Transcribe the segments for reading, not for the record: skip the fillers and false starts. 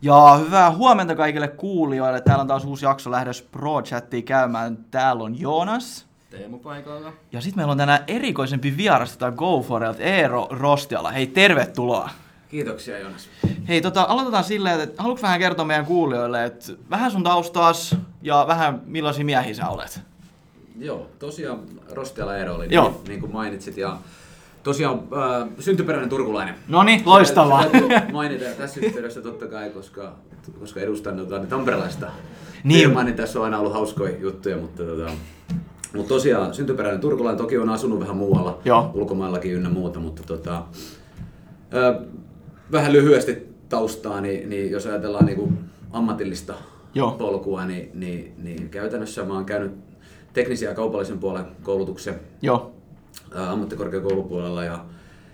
Ja hyvää huomenta kaikille kuulijoille. Täällä on taas uusi jakso lähdössä Pro-chattia käymään. Täällä on Joonas. Teemu paikalla. Ja sitten meillä on tänään erikoisempi vieras Go For It, Eero Rostiala. Hei, tervetuloa. Kiitoksia, Joonas. Hei, aloitetaan silleen, että haluatko vähän kertoa meidän kuulijoille, että vähän sun taustaas ja vähän millaisia miehiä sä olet? Joo, tosiaan Rostiala Eero oli, niin kuin mainitsit. Ja tosiaan syntyperäinen turkulainen. Noniin, loistavaa. Se mainita tässä yhteydessä totta kai, koska edustan tamperelaista firmaa, niin tässä on aina ollut hauskoja juttuja, mutta tosiaan syntyperäinen turkulainen, toki on asunut vähän muualla, ulkomaillakin ynnä muuta, mutta vähän lyhyesti taustaa, niin jos ajatellaan niin kuin ammatillista polkua, niin käytännössä mä oon käynyt teknisiä ja kaupallisen puolen koulutuksen ammattikorkeakoulupuolella ja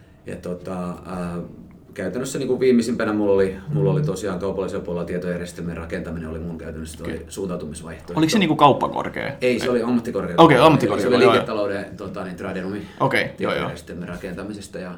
käytännössä niin kuin viimeisimpänä mulla oli tosiaan kaupallisen puolella tietojärjestelmien rakentaminen oli mun käytännössä suuntautumisvaihtoehto. Oliko se niin kuin kauppakorkea? Ei, se oli ammattikorkeakoulu. Okei, ammattikorkeakoulu. Se oli liiketalouden tradenomia tietojärjestelmien rakentamisesta. Ja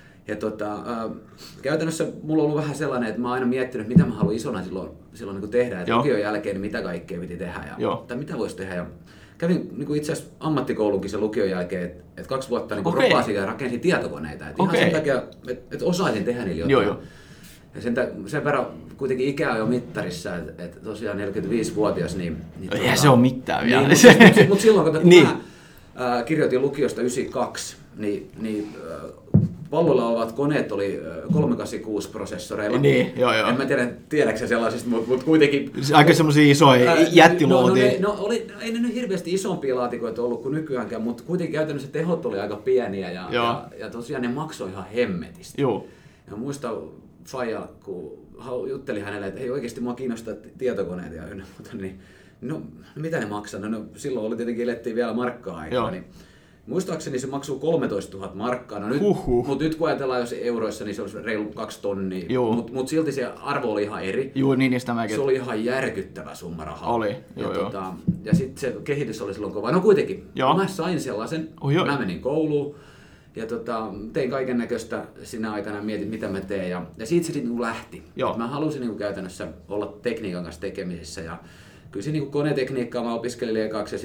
käytännössä mulla on ollut vähän sellainen, että mä oon aina miettinyt, mitä mä haluan isona silloin niin tehdä. Että lukion jälkeen mitä kaikkea piti tehdä tai mitä voisi tehdä. Ja kävin niin itse asiassa ammattikoulunkin sen lukion jälkeen, että 2 vuotta niin ropasin ja rakensin tietokoneita. Ihan sen takia, että osaisin tehdä niillä jotain. Ja sen verran kuitenkin ikä on jo mittarissa, että tosiaan 45-vuotias. Eihän se ole mitään vielä. Mutta silloin, kun mä kirjoitin lukiosta 92, niin pallolla olevat koneet oli 386 prosessoreilla. Niin, joo. En mä tiedätkö sä sellaisista, mutta kuitenkin... Aika semmosia isoja jättiluotia. Ei ne nyt hirveästi isompia laatikoita ollut kuin nykyäänkään, mutta kuitenkin käytännössä tehot oli aika pieniä ja tosiaan ne maksoi ihan hemmetisti. Joo. Ja muistan faija, kun juttelin hänelle, että hei oikeasti mua kiinnostaa tietokoneet ja ynnä muuta, niin no mitä ne maksaa? No silloin oli tietenkin elettiin vielä markka-aikaa, niin muistaakseni se maksuu 13 000 markkaa. No mutta nyt kun ajatellaan jos euroissa, niin se olisi reilu 2 tonnia. Mutta silti se arvo oli ihan eri. Joo, niin sitä mäkin. Se oli ihan järkyttävä summa rahaa. Oli, ja sitten se kehitys oli silloin kova. No kuitenkin, mä sain sellaisen. Mä menin kouluun ja tein kaiken näköistä sinä aikana, mietin mitä mä teen. Ja siitä se sitten lähti. Mä halusin käytännössä olla tekniikan kanssa tekemisissä. Ja kyllä se niin konetekniikkaa mä opiskelin ekaksi ja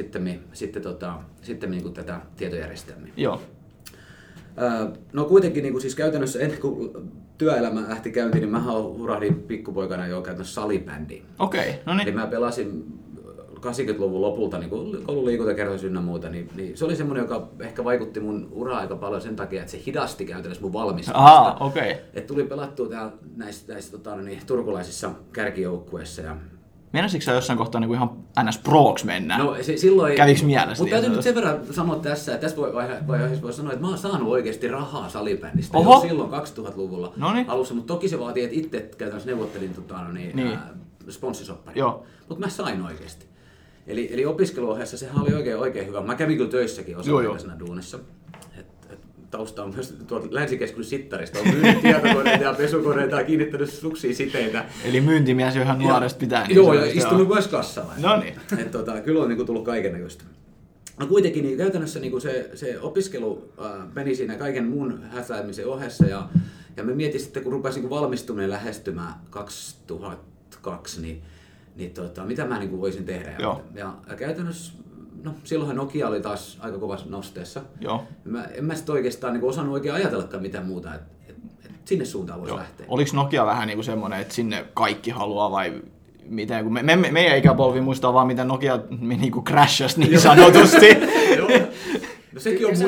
sitten niin tätä tietojärjestelmiä. Joo. No kuitenkin niin siis käytännössä ennen kuin työelämä lähti käyntiin, niin mä hurahdin pikkupoikana jo käytännössä salibändiin. Okei, no niin. Eli mä pelasin 80-luvun lopulta niin koulun liikuntakerhoissa ynnä muuta, niin se oli semmoinen, joka ehkä vaikutti mun uraan aika paljon sen takia, että se hidasti käytännössä mun valmistumista. Että tuli pelattua näissä turkulaisissa kärkijoukkueissa. Meinasitko sä jossain kohtaa niin ihan ns. Proks mennä? No silloin... Käviks mielessä? Mutta täytyy nyt sen verran sanoa tässä, että tässä voi sanoa, että mä oon saanut oikeasti rahaa salibändistä jo silloin 2000-luvulla alussa, mutta toki se vaatii, että itse käytännössä neuvottelin sponssisoppari. Mutta mä sain oikeasti. Eli opiskeluohjeessa sehän oli oikein hyvä. Mä kävin kyllä töissäkin osa-aikaisena duunissa. Tausta on myös tuolta Länsikeskustelun sittarista. On myynyt tietokoneita ja pesukoneita ja kiinnittänyt suksiin siteitä. Eli myyntimies jo ihan nuoresta pitää. Joo, ja istunut myös kassalla. No niin. Kyllä on tullut kaikennäköistä. No kuitenkin niin käytännössä niin se opiskelu meni siinä kaiken muun häsäämisen ohessa. Ja me mietin sitten, kun rupesin valmistuminen lähestymään 2002, niin mitä mä voisin tehdä. Ja käytännössä... No, silloinhan Nokia oli taas aika kovassa nosteessa. En mä sitten oikeastaan osannut oikein ajatellakaan mitään muuta, että sinne suuntaan voisi lähteä. Oliko Nokia vähän semmoinen, että sinne kaikki haluaa vai miten? Kun meidän ikäpolvi muistaa vaan, miten Nokia crashasi niin sanotusti. No sekin on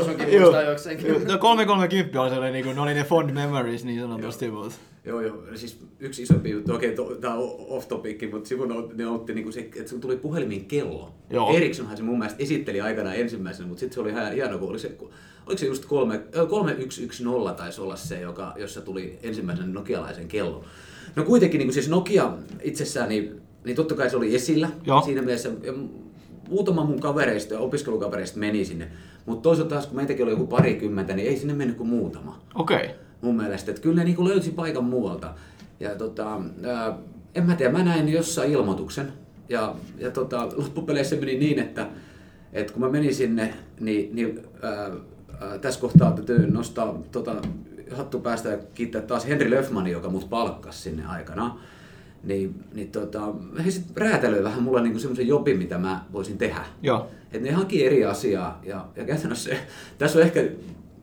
No 330 oli sellainen, ne oli ne fond memories niin sanotusti. Joo, siis yksi isompi juttu, tää on off topic, mutta sivun ne otti se, että se tuli puhelimin kello. Ericssonhan se mun mielestä esitteli aikanaan ensimmäisenä, mutta sitten se oli ihan hieno, kun oliko se just 3110 taisi olla se, jossa tuli ensimmäisen nokialaisen kello. No kuitenkin siis Nokia itsessään, niin totta kai se oli esillä siinä mielessä. Muutama mun kavereista ja opiskelukavereista meni sinne, mutta toisaalta taas kun meitäkin oli joku 20, niin ei sinne mennyt kuin muutama. Mun mielestä, että kyllä ne löysi paikan muualta. Ja en mä tiedä, mä näin jossain ilmoituksen ja loppupeleissä meni niin, että kun mä menin sinne, niin tässä kohtaa täytyy nostaa hattu päästä ja kiittää taas Henri Löfmania, joka mut palkkasi sinne aikanaan. he sitten räätälöi vähän mulle niinku semmoisen jobin, mitä mä voisin tehdä. Joo. Et ne haki eri asiaa ja käytännössä tässä on ehkä,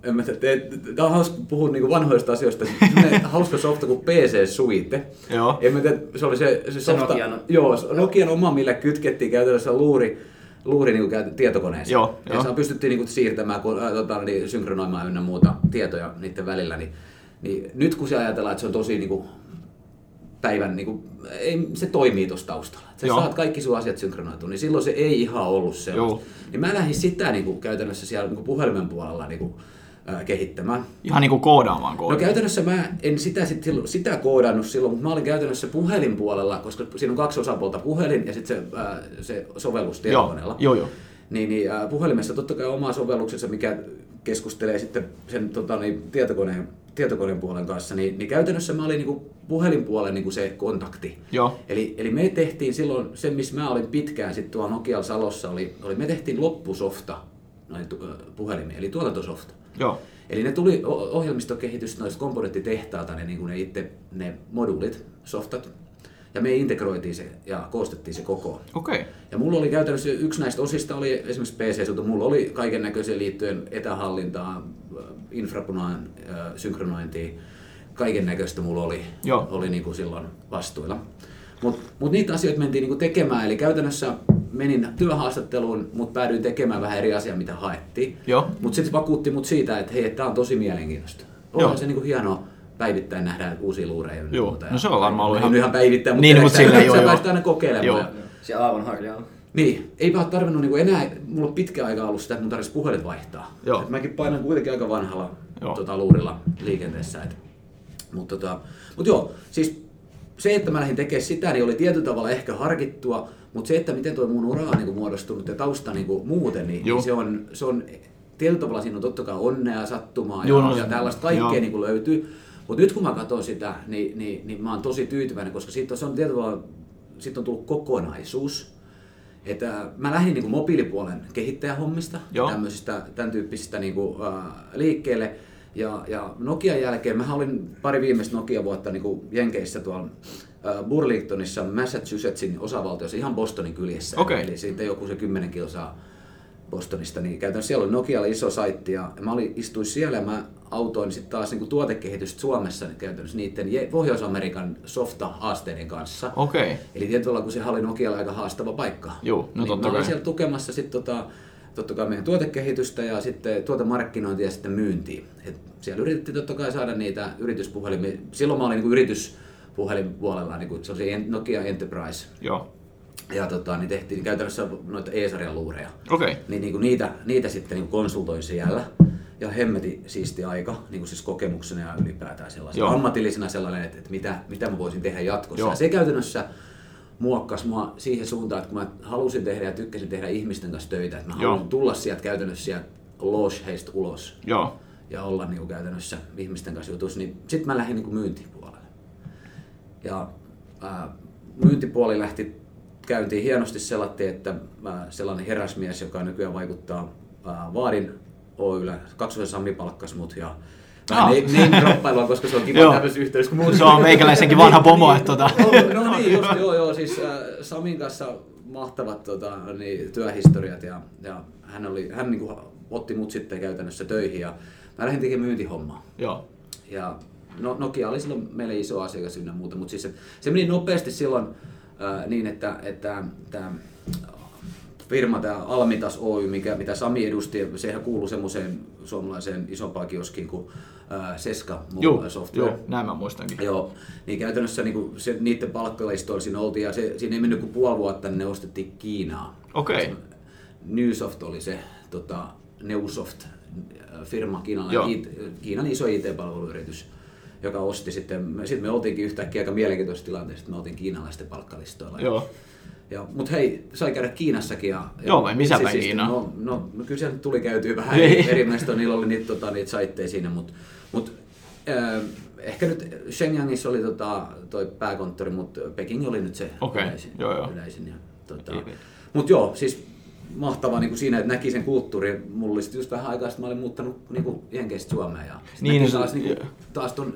tämä on hauska puhua niinku vanhoista asioista, hauska softa kuin PC Suite. Joo. Se oli se softa, Nokian. Joo, Nokian oma, millä kytkettiin käytännössä luuri niinku tietokoneeseen. Joo. Ja pystyttiin niinku siirtämään, synkronoimaan ynnä muuta tietoja niiden välillä. Niin nyt kun se ajatellaan, että se on tosi niinku päivän, se toimii tuossa taustalla. Sä saat kaikki sun asiat synkronoitua, niin silloin se ei ihan ollut sellaista. Niin mä lähdin sitä käytännössä siellä puhelimen puolella kehittämään. Ihan niin kuin koodaamaan koodia. No käytännössä mä en sitä koodannut silloin, mutta mä olin käytännössä puhelinpuolella, koska siinä on 2 osapuolta, puhelin ja sitten se sovellus tietokoneella. Joo. Niin puhelimessa totta kai oma sovelluksensa, mikä keskustelee sitten sen tietokoneen puolen kanssa, niin käytännössä mä olin puhelinpuolen se kontakti. Joo. Eli me tehtiin silloin, se missä mä olin pitkään sitten tuolla Nokialla Salossa, me tehtiin loppusofta puhelimeen, eli tuotantosofta. Joo. Eli ne tuli ohjelmistokehitys noista komponenttitehtaalta, ne moduulit, softat, ja me integroitiin se ja koostettiin se koko. Okay. Ja mulla oli käytännössä yksi näistä osista, oli esimerkiksi PC-sulta, mulla oli kaiken näköisiä liittyen etähallintaan, infrapunaan synkronointiin, kaiken näköistä mulla oli niin kuin silloin vastuilla. Mut niitä asioita mentiin niin kuin tekemään, eli käytännössä menin työhaastatteluun, mutta päädyin tekemään vähän eri asiaa, mitä haettiin. Mutta sitten vakuutti mut siitä, että hei, tämä on tosi mielenkiintoista. Onhan se niin kuin hienoa päivittäin nähdään uusia luureja. Joo, no se on varmaan ollut ihan päivittäin, mutta niin, sä pääsit aina kokeilemaan. Se aivan harjaa. Niin, eipä ole tarvinnut niin enää, mulla on pitkä aika ollut sitä, että mun tarvitsisi puhelit vaihtaa. Mäkin painan kuitenkin aika vanhalla luurilla liikenteessä. Mutta joo, siis se, että mä lähdin tekemään sitä, niin oli tietyllä tavalla ehkä harkittua, mutta se, että miten toi mun ura on niin muodostunut ja tausta niin muuten, niin se on tietyllä tavalla siinä on totta kai onnea, sattumaa ja tällaista kaikkea niin löytyy. Mutta nyt kun mä katson sitä, niin mä oon tosi tyytyväinen, koska siitä on tietyllä tavalla on tullut kokonaisuus. Että mä lähdin niin mobiilipuolen kehittäjähommista, tämän tyyppisistä niin liikkeelle. Ja Nokian jälkeen, mä olin pari viimeistä Nokia-vuotta niin Jenkeissä tuolla Burlingtonissa, Massachusettsin osavaltiossa, ihan Bostonin kyljessä. Okay. Eli siitä joku se 10 kilsaa Bostonista, niin käytännössä siellä oli Nokialla iso saitti ja mä istuin siellä ja mä autoin sitten taas niin tuotekehitystä Suomessa niin käytännössä niiden Pohjois-Amerikan softa-haasteiden kanssa. Okay. Eli tietyllä kun sehän oli Nokialla aika haastava paikka. Joo, no niin mä olin siellä tukemassa sitten totta kai meidän tuotekehitystä ja sitten tuotemarkkinointia ja sitten myyntiä. Et siellä yritettiin totta kai saada niitä yrityspuhelimia. Silloin mä olin niin yrityspuhelinpuolella, niin se oli Nokia Enterprise. Joo. Ja niin tehtiin käytännössä noita E-sarjan luureja. Okay. Niin niitä sitten niin konsultoin siellä. Ja hemmeti siisti aika, niin kuin siis kokemuksena ja ylipäätään sellaisena. Ammatillisena sellainen, että mitä mä voisin tehdä jatkossa. Ja se käytännössä muokkasi mua siihen suuntaan, että kun mä halusin tehdä ja tykkäsin tehdä ihmisten kanssa töitä, että mä haluan tulla sieltä käytännössä sieltä loge-heistä ulos ja olla niin kuin käytännössä ihmisten kanssa jutussa, niin sitten mä lähdin niin kuin myyntipuolelle. Ja myyntipuoli käyntiin hienosti selattiin, että sellainen heräsmies, joka nykyään vaikuttaa Vaadin Oy:llä, Kaksosen Sami palkkasi mut ja name droppailua, koska se on kiva tämmöisessä yhteydessä kuin se on meikäläisenkin vanha pomo. No niin, just joo, siis Samin kanssa mahtavat työhistoriat ja hän niin otti mut sitten käytännössä töihin ja mä lähdin tekemään myyntihommaa. Joo. Ja Nokia oli silloin meille iso asiakas ynnä muuta, mutta siis se meni nopeasti silloin niin, että tämä firma, tämä Almitas Oy, mitä Sami edusti, sehän kuului semmoiseen suomalaiseen isompaan kioskiin kuin Seska Software. Joo, näin mä muistankin. Joo, niin käytännössä niin niiden palkkalistoilla siinä oltiin ja siinä ei mennyt kuin puoli vuotta, niin ne ostettiin Kiinaan. Okei. Okay. Newsoft oli se Neusoft firma, Kiinan iso IT-palveluyritys, joka osti sitten me oltiinkin yhtäkkiä aika mielenkiintoisessa tilanteessa, että me oltiin kiinalaisten palkkalistoilla. Joo. Mutta hei, sai käydä Kiinassakin. Joo, vai missä päin Kiinaa? No kyllä siellä tuli käytyä vähän eri mielestä, niillä oli niitä saitteja siinä, mutta ehkä nyt Shenyangissa oli toi pääkonttori, mutta Peking oli nyt se yleisin. Mutta joo, siis mahtavaa niin kuin siinä, että näki sen kulttuurin. Mulla oli just vähän aikaa, että mä olin muuttanut niin Jenkeistä Suomeen. Ja näki taas ton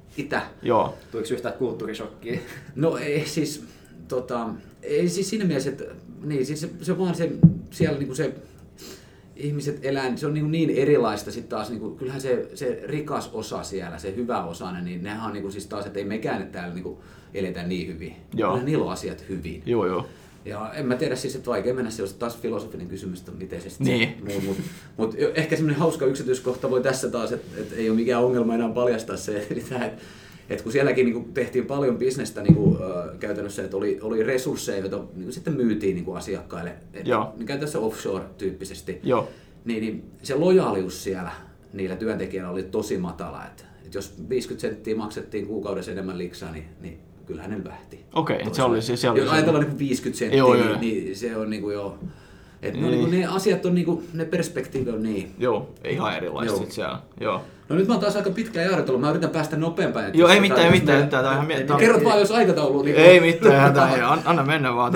Joo. Tuliko yhtään kulttuurishokkia? No ei siis, ei siis siinä mielessä, että niin, siis se vaan siellä niinku se ihmiset elää, se on niin erilaista sitten taas, niinku, kyllähän se rikas osa siellä, se hyvä osainen, niin nehän on niinku siis taas, että ei mekään täällä niinku eletä niin hyvin. Joo. Kyllä niillä on asiat hyvin. Joo. Ja en mä tiedä siis, että vaikea mennä, se olisi taas filosofinen kysymys, että miten se sitten niin. Mutta ehkä semmoinen hauska yksityiskohta voi tässä taas, että ei ole mikään ongelma enää paljastaa se, että kun sielläkin niin kuin tehtiin paljon bisnestä niin kuin, käytännössä, että oli resursseja, joita niin kuin sitten myytiin niin kuin asiakkaille, niin käytännössä offshore-tyyppisesti, niin se lojaalius siellä niillä työntekijöillä oli tosi matala, että jos 50 senttiä maksettiin kuukaudessa enemmän liksaa, niin kyllä hänellä vähti. Okei, se oli se. Jos ajatellaan niin 50 senttiä, niin se on niin kuin jo... Että ne asiat on niinku, ne perspektiivi on niin. Joo, ei ihan erilaiset siellä. Joo. No nyt mä oon taas aika pitkään jarrutellut, mä yritän päästä nopeampaan. Joo, ei mitään. Kerrot vaan, jos aikataulu... Niin ei mitään, anna mennä vaan.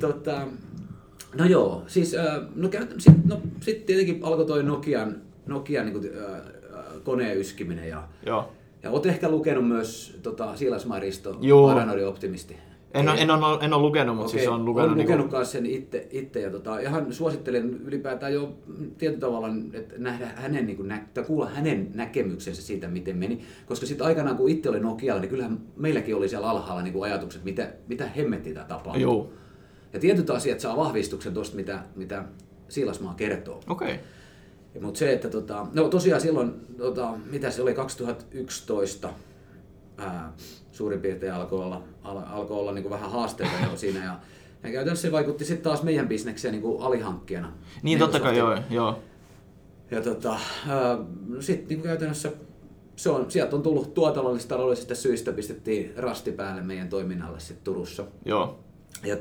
No joo, siis sit tietenkin alkoi toi Nokian niinku, koneen yskiminen ja oot ehkä lukenut myös Siilasmaa Risto, Paranoidi Optimisti. En ole lukenut, mutta siis on lukenut. Olen lukenut myös sen itse ja ihan suosittelen ylipäätään jo tietyllä tavalla, että nähdä hänen, kuulla hänen näkemyksensä siitä, miten meni. Koska sitten aikanaan, kun itse oli Nokialla, niin kyllähän meilläkin oli siellä alhaalla niin ajatukset, mitä hemmettiä tämä tapahtuu. Joo. Ja tietyt asiat saa vahvistuksen tuosta, mitä Siilasmaa kertoo. Okei. Mutta se, että tosiaan silloin, mitä se oli, 2011, suurin piirtein alkoi olla niin kuin vähän haasteita jo siinä ja käytännössä se vaikutti sitten taas meidän bisnekseen niin kuin alihankkijana. Niin totta kai joo. Ja sitten niin käytännössä sieltä on tullut tuotannollisista taloudellisista syistä pistettiin rasti päälle meidän toiminnalle sitten Turussa. Joo. Ja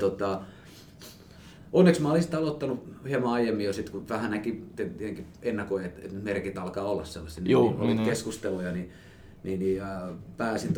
onneksi mä olin sitten aloittanut hieman aiemmin jo sit, kun vähän tietenkin ennakoin, että merkit alkaa olla sellaisia. Oli keskusteluja, niin pääsin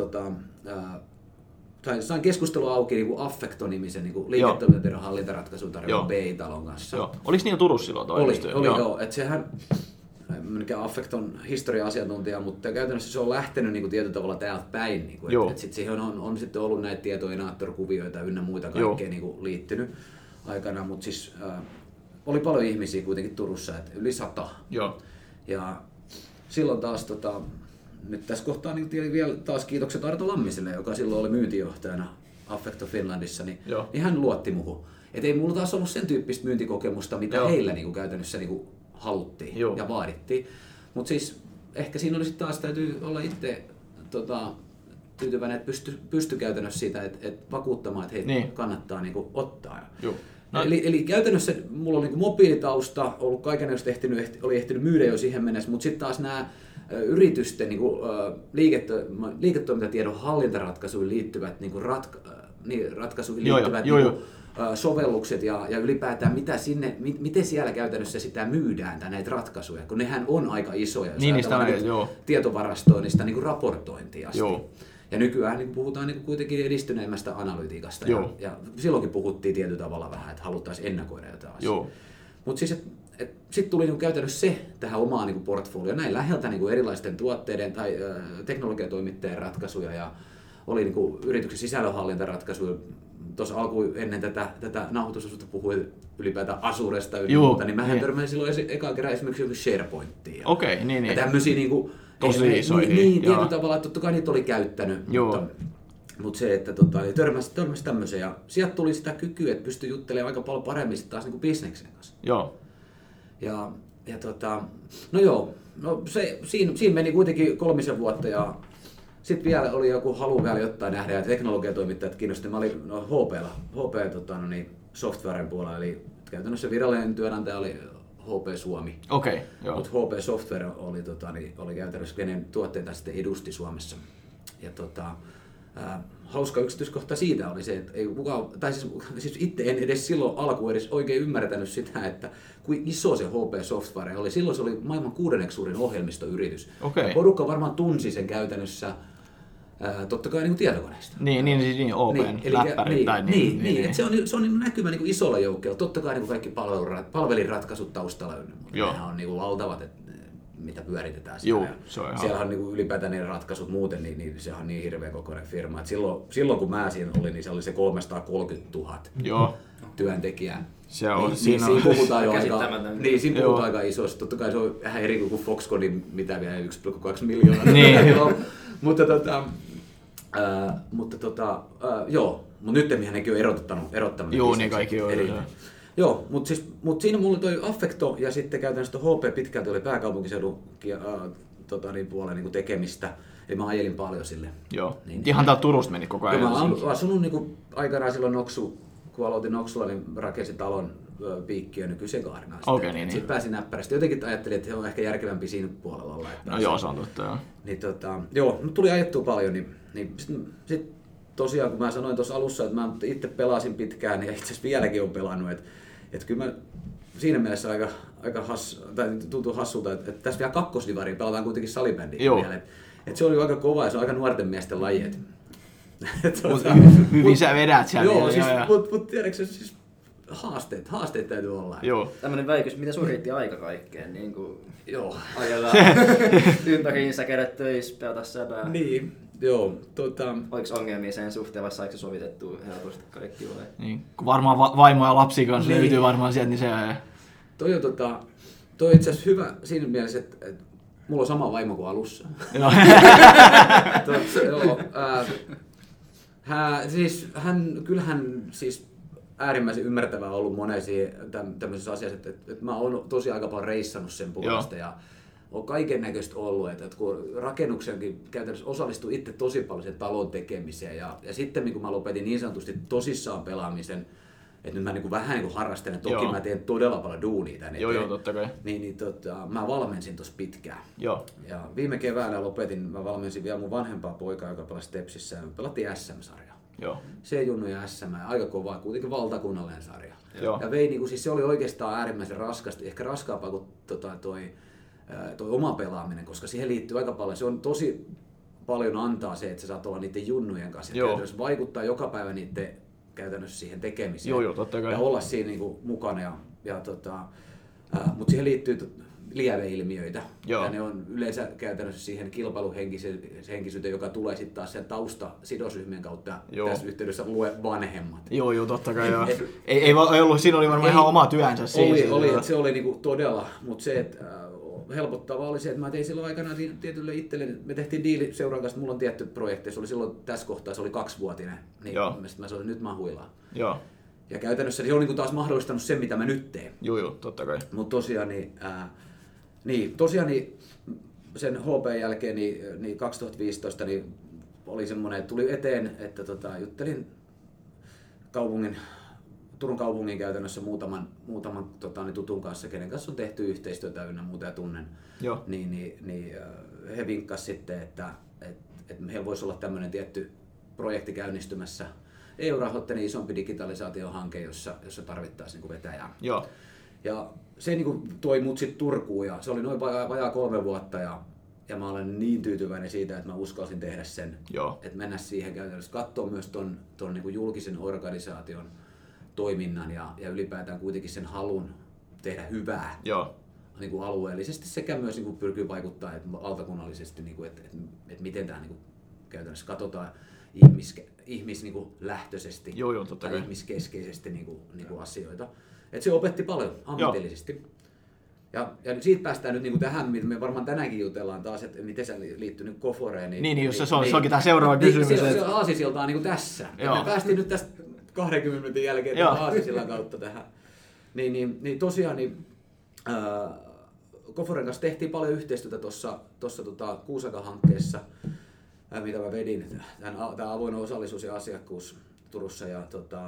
sain keskustelua auki niin Affecto-nimisen niin liiketoimintatiedon hallintaratkaisun tarjoavan BI-talon kanssa. Joo. Oliko niillä Turussa silloin toimistoja? Oli joo. Että sehän, mikä Affecton historia-asiantuntija, mutta käytännössä se on lähtenyt niin kuin tietyllä tavalla täältä päin. Niin kuin, että siihen on sitten ollut näitä tietoinaattorikuvioita ynnä muita kaikkea niin kuin liittynyt aikana, mutta siis oli paljon ihmisiä kuitenkin Turussa, että yli 100. Joo. Ja silloin taas nyt tässä kohtaa niin vielä taas kiitokset Arto Lammiselle, joka silloin oli myyntijohtajana Affecto Finlandissa, niin hän luotti muuhun. Et ei mulla taas ollut sen tyyppistä myyntikokemusta, mitä heillä niin kuin käytännössä niin kuin haluttiin ja vaadittiin. Mutta siis ehkä siinä oli sitten taas täytyy olla itse tyytyväinen, että pysty käytännössä siitä, että vakuuttamaan, että heitä kannattaa niin kuin ottaa. No. Eli käytännössä mulla on niin kuin mobiilitausta, ollut kaikenlaista oli ehtinyt myydä jo siihen mennessä, mutta sitten taas nämä yritysten niin kuin, liiketoimintatiedon hallintaratkaisuihin liittyvät, niin kuin ratkaisuihin liittyvät niin kuin, sovellukset ja ylipäätään miten siellä käytännössä sitä myydään tai näitä ratkaisuja, kun nehän on aika isoja, jos tietovarastoinnista niin kuin raportointia asti. Ja nykyään niin puhutaan niin kuitenkin edistyneemmästä analytiikasta ja silloinkin puhuttiin tietyllä tavalla vähän, että haluttaisiin ennakoida jotain asiaa. Mutta siis, sitten tuli niin käytännössä se tähän omaan niin portfolioon näin läheltä niin erilaisten tuotteiden tai teknologiatoimittajien ratkaisuja ja oli niin yrityksen sisällönhallintaratkaisuja. Tuossa alkuun ennen tätä nauhoitusosuutta puhuin ylipäätään Azuresta niin mähän törmäsin silloin ekaan kerran esimerkiksi joku SharePointia. Okei, niin. Ja tämmöisiä niinku tosi isoihin. Niin, tietyllä tavalla, että totta kai niitä oli käyttänyt, mutta se, että törmäsi tämmöisen ja sieltä tuli sitä kykyä, että pystyi juttelemaan aika paljon paremmin sitten taas niinku bisneksen kanssa. Joo. Siinä meni kuitenkin 3 vuotta ja sitten vielä oli joku halu vielä jotain nähdä ja teknologiatoimittajat kiinnosti. Mä olin HP Softwaren puolella, eli käytännössä virallinen työnantaja oli HP Suomi. Okei, joo. Mutta HP Software oli käytännössä, kenen tuotteita sitten edusti Suomessa. Ja hauska yksityiskohta siitä oli se, että ei kukaan, tai siis itse en edes silloin alkuun edes oikein ymmärtänyt sitä, että kuin iso se HP Software oli. Silloin se oli maailman 6. suurin ohjelmistoyritys. Okay. Porukka varmaan tunsi sen käytännössä totta kai niin tietokoneista. Niin, open, läppärit tai niin. Niin. Se on näkyvä niin isolla joukkeella. Totta kai niin kaikki palvelinratkaisut taustalla. Nehän on niin valtavat. mitä pyöritetään siellä. Joo, se on siellähän on niin ylipäätään ne ratkaisut muuten, niin sehän on niin hirveän kokoinen firma. Silloin kun mä siinä olin, niin se oli se 330 000 työntekijää. Siinä puhutaan jo aika isosta. Totta kai se on vähän eri kuin Foxconnin, mitä vielä 1,2 miljoonaa. mutta nyttemminhän nekin on erottanut. Joo, niin kaikki on. Joo, mutta siinä mulla toi Affecto ja sitten käytännössä HP pitkälti oli pääkaupunkiseudun puolen niin tekemistä. Eli mä ajelin paljon sille. Joo, ihan täällä Turusta meni koko ajan. Mä oon asunut niin aikanaan silloin kun aloitin Noksulla, niin rakensin talon piikkiön nykyisen Kaarinan. Sitten pääsin näppärästi. Jotenkin ajattelin, että he on ehkä järkevämpi siinä puolella olla. Se on totta, joo. Niin, tuli ajettua paljon, niin sit tosiaan kun mä sanoin tuossa alussa, että mä itse pelasin pitkään ja itse asiassa vieläkin on pelannut, että kyllä mä siinä mielessä tuntuu hassulta, että tässä vielä kakkosdivariin pelataan kuitenkin salibändiä vielä. Että se oli aika kova ja se on aika nuorten miesten laji. Hyvin sä vedät siellä. Joo, mutta tiedätkö siis haasteet täytyy olla. Joo. Tämmöinen väikys, mitä sun riitti aika kaikkeen? Niin kuin ajellaan ympäriinsä, kädet töissä, pelata säpää. Niin, joo. Oliko ongelmia sen suhteen vai saiko se sovitettua helposti kaikki vai? Niin, kun varmaan vaimo ja lapsi kanssa löytyy varmaan sieltä, niin se... Toi itse asiassa hyvä siinä mielessä, että mulla on sama vaimo kuin alussa. Kyllähän äärimmäisen ymmärtävää ollut monessa tämmöisessä asiassa, että mä oon tosi aika paljon reissannut sen puolesta ja on kaiken näköistä ollut, että kun rakennuksenkin käytännössä osallistui itse tosi paljon sen talon tekemiseen ja sitten kun mä lopetin niin sanotusti tosissaan pelaamisen, että nyt mä vähän harrastan, toki mä teen todella paljon duunia tänne. Joo, totta kai. Mä valmensin tossa pitkään. Joo. Ja viime keväänä mä valmensin vielä mun vanhempaa poikaa, joka pelasi Tepsissä ja me pelattiin SM-sarjaa. Joo. C-junnu ja SM, aika kovaa, kuitenkin valtakunnallinen sarja. Joo. Ja siis se oli oikeastaan äärimmäisen raskasta, ehkä raskaampaa kuin toi oma pelaaminen, koska siihen liittyy aika paljon. Se on tosi paljon antaa se, että sä saat olla niiden junnujen kanssa. Ja käytännössä vaikuttaa joka päivä niiden käytännössä siihen tekemiseen. Joo, totta kai. Ja olla siinä mukana. Mutta siihen liittyy lieveilmiöitä. Ja ne on yleensä käytännössä siihen kilpailuhenkisyyteen, joka tulee sitten taas sen taustasidosryhmien kautta. Tässä yhteydessä lue vanhemmat. Joo, totta kai. Ei ollut, siinä oli varmaan ihan oma työnsä. Se oli todella, mutta se, että helpottavaa oli se, että mä tein silloin aikana tietylle itselleni, me tehtiin diili seuran kanssa, mulla on tietty projekti, se oli silloin tässä kohtaa, se oli 2-vuotinen, niin mä sanoin, nyt mä huilaan. Joo. Ja käytännössä se on taas mahdollistanut sen, mitä mä nyt teen. Joo, totta kai. Mutta tosiaan sen HP jälkeen niin 2015 niin oli semmoinen, että tuli eteen, että juttelin Turun kaupungin käytännössä muutaman tutun kanssa, kenen kanssa on tehty yhteistyötä ynnä muuta ja tunnen. Niin he vinkkasivat sitten, että heillä voisi olla tämmöinen tietty projekti käynnistymässä. EU-rahoitteinen isompi digitalisaatiohanke, jossa tarvittaisiin vetäjää. Joo. Ja se toi mut sitten Turkuun ja se oli noin vajaa 3 vuotta ja mä olen niin tyytyväinen siitä, että mä uskalsin tehdä sen. Joo. Että mennä siihen käytännössä, katsoa myös ton julkisen organisaation toiminnan ja ylipäätään kuitenkin sen halun tehdä hyvää alueellisesti sekä myös pyrkii vaikuttaa valtakunnallisesti, että miten tämä käytännössä katsotaan ihmislähtöisesti tai ihmiskeskeisesti asioita. Et se opetti paljon ammatillisesti. Ja siitä päästään nyt tähän, mitä me varmaan tänäänkin jutellaan taas, että miten se liittyy nyt Koforeen. Se onkin tämä seuraava kysymys. Se aasisilta on tässä. Me päästiin nyt tästä 20 minuutin jälkeen aasisillan kautta tähän. Niin tosiaan Koforen kanssa tehtiin paljon yhteistyötä tuossa Kuusaka-hankkeessa, mitä mä vedin, tämä avoin osallisuus ja asiakkuus Turussa. Ja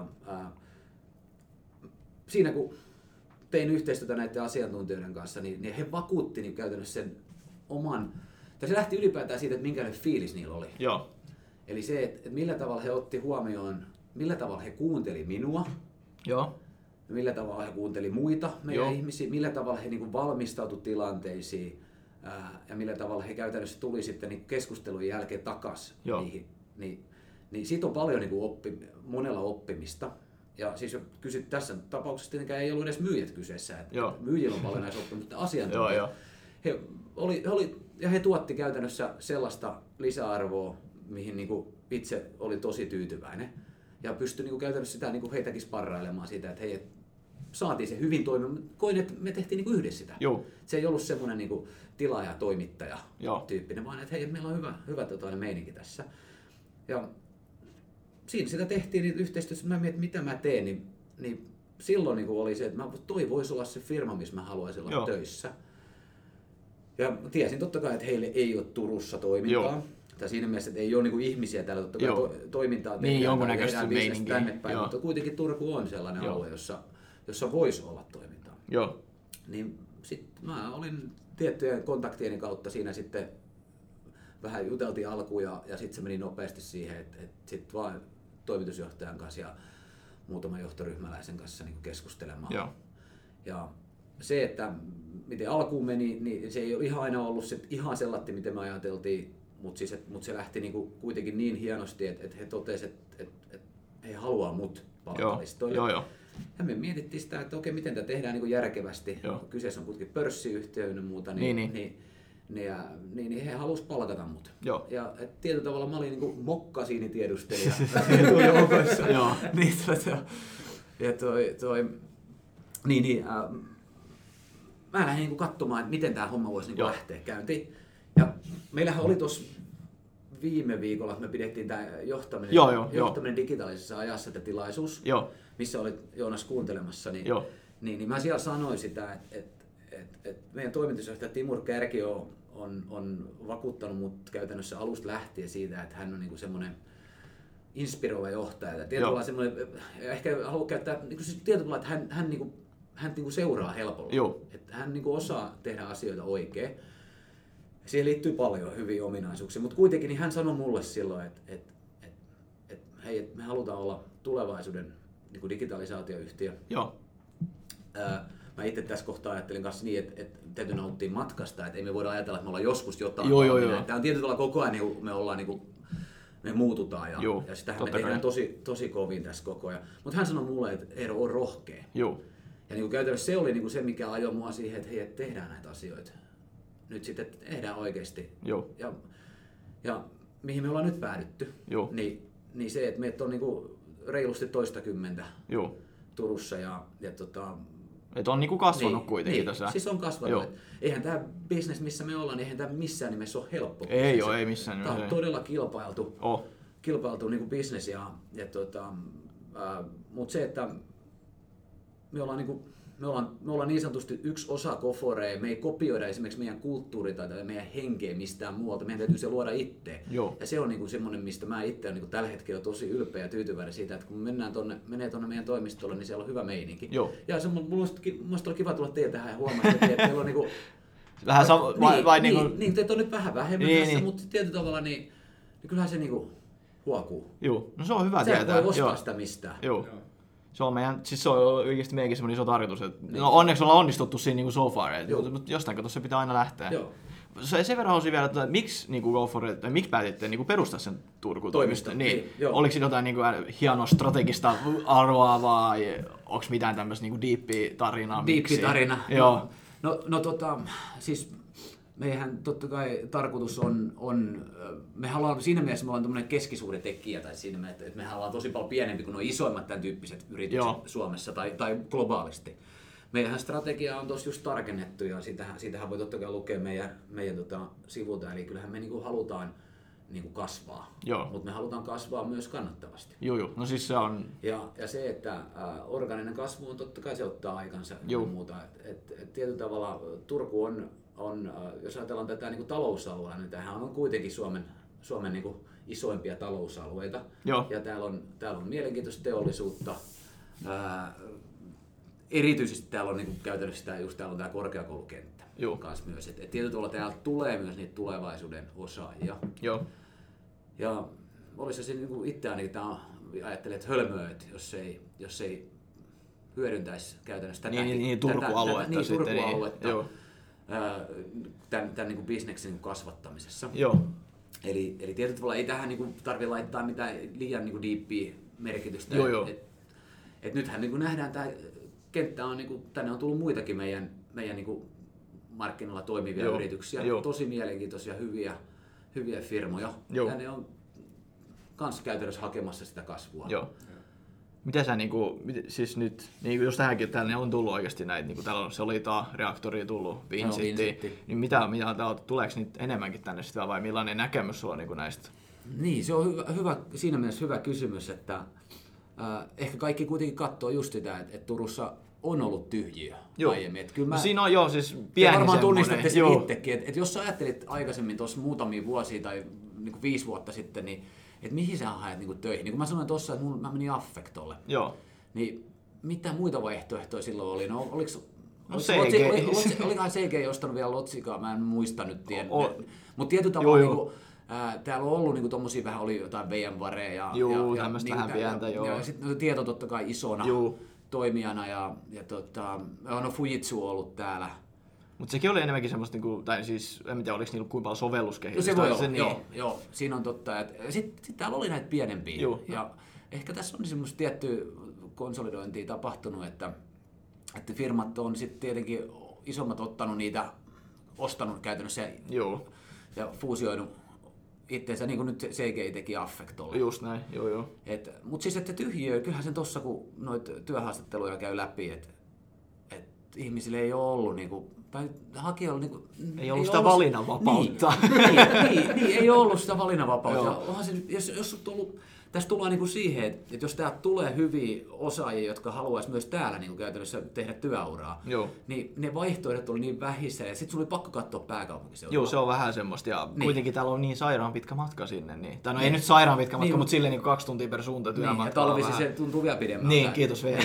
siinä kun tein yhteistyötä näiden asiantuntijoiden kanssa, niin he vakuutti käytännössä sen oman, tai se lähti ylipäätään siitä, että minkälainen fiilis niillä oli. Joo. Eli se, että millä tavalla he otti huomioon, millä tavalla he kuunteli minua, millä tavalla he kuunteli muita meidän ihmisiä, millä tavalla he valmistautu tilanteisiin ja millä tavalla he käytännössä tuli sitten keskustelun jälkeen takaisin niihin. Niin siitä on paljon monella oppimista. Ja siis tässä tapauksessa tietenkään ei ollut edes myyjät kyseessä, että myyjillä on paljon näissä oppimista asiantuntijoita. he tuotti käytännössä sellaista lisäarvoa, mihin niinku itse oli tosi tyytyväinen. Ja pystyi niinku käytännössä sitä niinku heitäkin sparrailemaan siitä, että hei, saatiin se hyvin toimimaan. Koin, että me tehtiin niinku yhdessä sitä. Joo. Se ei ollut semmoinen niinku tilaaja-toimittaja tyyppinen, vaan että hei, meillä on hyvä meininki tässä. Ja siinä sitä tehtiin niin yhteistyössä, mä mietin, mitä mä teen, niin silloin niinku oli se, että toi voisi olla se firma, missä mä haluaisin olla töissä. Ja tiesin totta kai, että heille ei ole Turussa toimintaa. Tai siinä mielessä, että ei ole niinku ihmisiä täällä totta kai toimintaa. Niin, jonkunnäköistä meininkiä. Tänne päin, mutta kuitenkin Turku on sellainen alue, jossa voisi olla toimintaa. Joo. Niin sitten mä olin tiettyjen kontaktieni kautta siinä sitten vähän juteltiin alkuun ja sitten se meni nopeasti siihen, että sitten vaan toimitusjohtajan kanssa ja muutaman johtoryhmäläisen kanssa niin keskustelemaan. Joo. Ja se, että miten alkuun meni, niin se ei ole ihan aina ollut se ihan sellatti, miten me ajateltiin, mutta se lähti niin kuin kuitenkin niin hienosti, että he totesivat, että he haluaa mut palkkalistoille. Joo. Ja me mietittiin sitä, että okei, miten tämä tehdään niin kuin järkevästi. Kyseessä on kuitenkin pörssiyhtiö ja muuta, niin he halusivat palkata mut. Joo. Ja tietyllä tavalla mä olin niin kuin mokkasiinitiedustelija joukoissa. Mä lähdin niin katsomaan, että miten tämä homma voisi niin lähteä käyntiin. Ja meillähän oli tuossa viime viikolla, että me pidettiin tämä johtaminen digitaalisessa ajassa, että tilaisuus, missä olit Joonas kuuntelemassa, niin mä siellä sanoin sitä, että meidän toimitusjohtaja Timur Kärki on vakuuttanut mut käytännössä alusta lähtien siitä, että hän on niinku semmoinen inspiroiva johtaja. Tietyllä tavalla semmoinen, ehkä haluan käyttää niinku siis tietyllä tavalla, että hän niinku seuraa helpolla. Että hän niinku osaa tehdä asioita oikein. Siihen liittyy paljon hyviä ominaisuuksia, mutta kuitenkin niin hän sanoi mulle silloin, että hei, me halutaan olla tulevaisuuden niin kuin digitalisaatioyhtiö. Mä itse tässä kohtaa ajattelin kanssa niin, että täytyy nauttia matkasta, että ei me voida ajatella, että me ollaan joskus jotain. Tämä on tietyllä tavalla koko ajan, niin me ollaan me muututaan ja sitähän me tehdään tosi kovin tässä koko ajan. Mutta hän sanoi mulle, että Eero on rohkea. Ja niin käytännössä se oli niin se, mikä ajoi mua siihen, että hei, tehdään näitä asioita. Nyt sitten tehdään oikeasti. Ja mihin me ollaan nyt päädytty, niin se, että meitä on niinku reilusti 20 Turussa että on niinku kasvanut kuitenkin tässä. Siis on kasvanut. Eihän tämä business, missä me ollaan, eihän tämä missään nimessä ole helppo. Ei missään nimessä. Tämä on todella kilpailtu niinku business mutta se, että me ollaan niin sanotusti yksi osa Goforea, me ei kopioida esimerkiksi meidän kulttuuria tai meidän henkeä mistään muualta, meidän täytyy se luoda itse. Ja se on niinku semmoinen, mistä mä itse olen niinku tällä hetkellä tosi ylpeä ja tyytyväinen siitä, että kun menee tuonne meidän toimistolle, niin siellä on hyvä meininki. Ja se musta oli kiva tulla teiltä tähän ja huomata, että teillä on niinku... Vähän niin, teitä on nyt vähän vähemmän tässä, mutta tietyllä tavalla niin kyllähän se niinku huokuu. No se on hyvä tietää. Se ei voi ostaa sitä mistään. Se on oikeasti meidänkin semmoinen iso tarkoitus. Onneksi ollaan onnistuttu siinä niin so far, mutta jostain kato se pitää aina lähteä. Sen verran haluaisin vielä, että miksi niin miksi päätitte niin perustaa sen Turku-toimiston? Oliko siinä jotain niin hienoa strategista arvoa vai onko mitään tämmöistä niin diippiä tarinaa? Diippi-tarina? Siis meidän totta kai tarkoitus on me halutaan, siinä mielessä me ollaan tämmöinen keskisuuri tekijä, tai siinä mielessä, että me ollaan tosi paljon pienempi kuin nuo isoimmat tämän tyyppiset yritykset Suomessa tai globaalisti. Meidän strategia on tossa just tarkennettu ja siitähän voi totta kai lukea meidän sivulta, eli kyllähän me niinku halutaan niinku kasvaa, mutta me halutaan kasvaa myös kannattavasti. No siis se on... Ja se, että orgaaninen kasvu on totta kai se ottaa aikansa ja muuta. Et tietyllä tavalla Turku on, jos ajatellaan tätä niin kuin talousalueella, niin tämähän on kuitenkin Suomen niin kuin isoimpia talousalueita. Ja täällä on mielenkiintoista teollisuutta. Erityisesti täällä on niin kuin käytännössä täällä on tämä korkeakoulukenttä kanssa myös. Et tietyllä tavalla täällä tulee myös niitä tulevaisuuden osaajia. Ja olisi se niin itse ainakin ajattelee, että hölmöä, että jos ei hyödyntäisi käytännössä tätä Turku-aluetta tämän niin kuin bisneksen kasvattamisessa. Eli tietyllä tavalla ei tähän niin tarvitse laittaa mitään liian niin diippiä merkitystä. Et nythän niin nähdään, tämä kenttä on, niin kuin, tänne on tullut muitakin meidän niin kuin markkinoilla toimivia yrityksiä, tosi mielenkiintoisia, hyviä firmoja. Ja ne on kans käytännössä hakemassa sitä kasvua. Miten sä siis nyt, jos tähänkin täällä on tullut oikeasti näitä, täällä on Solita-reaktoria tullut, Vincity, niin mitä tuleeko niitä enemmänkin tänne sitten vai millainen näkemys sulla on näistä? Niin, se on hyvä, siinä mielessä hyvä kysymys, että ehkä kaikki kuitenkin katsoo just sitä, että Turussa on ollut tyhjiö aiemmin. Siinä on siis pieni varmaan tunnistatte sen itsekin, että jos sä ajattelit aikaisemmin tuossa muutamia vuosia tai niin 5 vuotta sitten, niin että mihin sä haet niin töihin. Niin kuin mä sanoin tuossa, että mä menin Affectolle. Niin mitä muita vaihtoehtoja silloin oli? No olikohan CG ostanut vielä Lotsikaa? Mä en muista nyt. Mutta tietyllä tavalla niin täällä on ollut niin tommosia vähän oli jotain VMwareja ja tämmöistä vähän pientä. Ja sitten tieto totta kai isona toimijana ja Fujitsu on ollut täällä. Mutta sekin oli enemmänkin semmoista, tai siis en tiedä, oliko niillä kuinka paljon sovelluskehitystä. Se voi olla, joo, siinä on totta. Sitten täällä oli näitä pienempiä. Ja ehkä tässä on semmoista tiettyä konsolidointia tapahtunut, että firmat on sitten tietenkin isommat ottanut niitä, ostanut käytännössä ja fuusioinut itseensä, niin kuin nyt CGI teki Affectolle. Just näin, joo. Mutta siis, että tyhjiö, kyllähän sen tossa, kun noita työhaastatteluja käy läpi, että ihmisille ei ole ollut tai hakijoilla ei ollut sitä valinnanvapautta. Niin, ei ole ollut sitä valinnanvapautta. Onhan se, jos tässä tullaan siihen, että jos täältä tulee hyviä osaajia, jotka haluaisi myös täällä käytännössä tehdä työuraa, niin ne vaihtoehdot oli niin vähissä ja sitten sulla oli pakko katsoa pääkaupunkiseutua. Joo, se on vähän semmoista ja kuitenkin täällä on niin sairaan pitkä matka sinne. Niin. Tai no ei nyt sairaan pitkä matka, mutta silleen 2 tuntia per suunta työmatka. Ja talvisi se tuntuu vielä pidemmältä. Niin, kiitos vielä.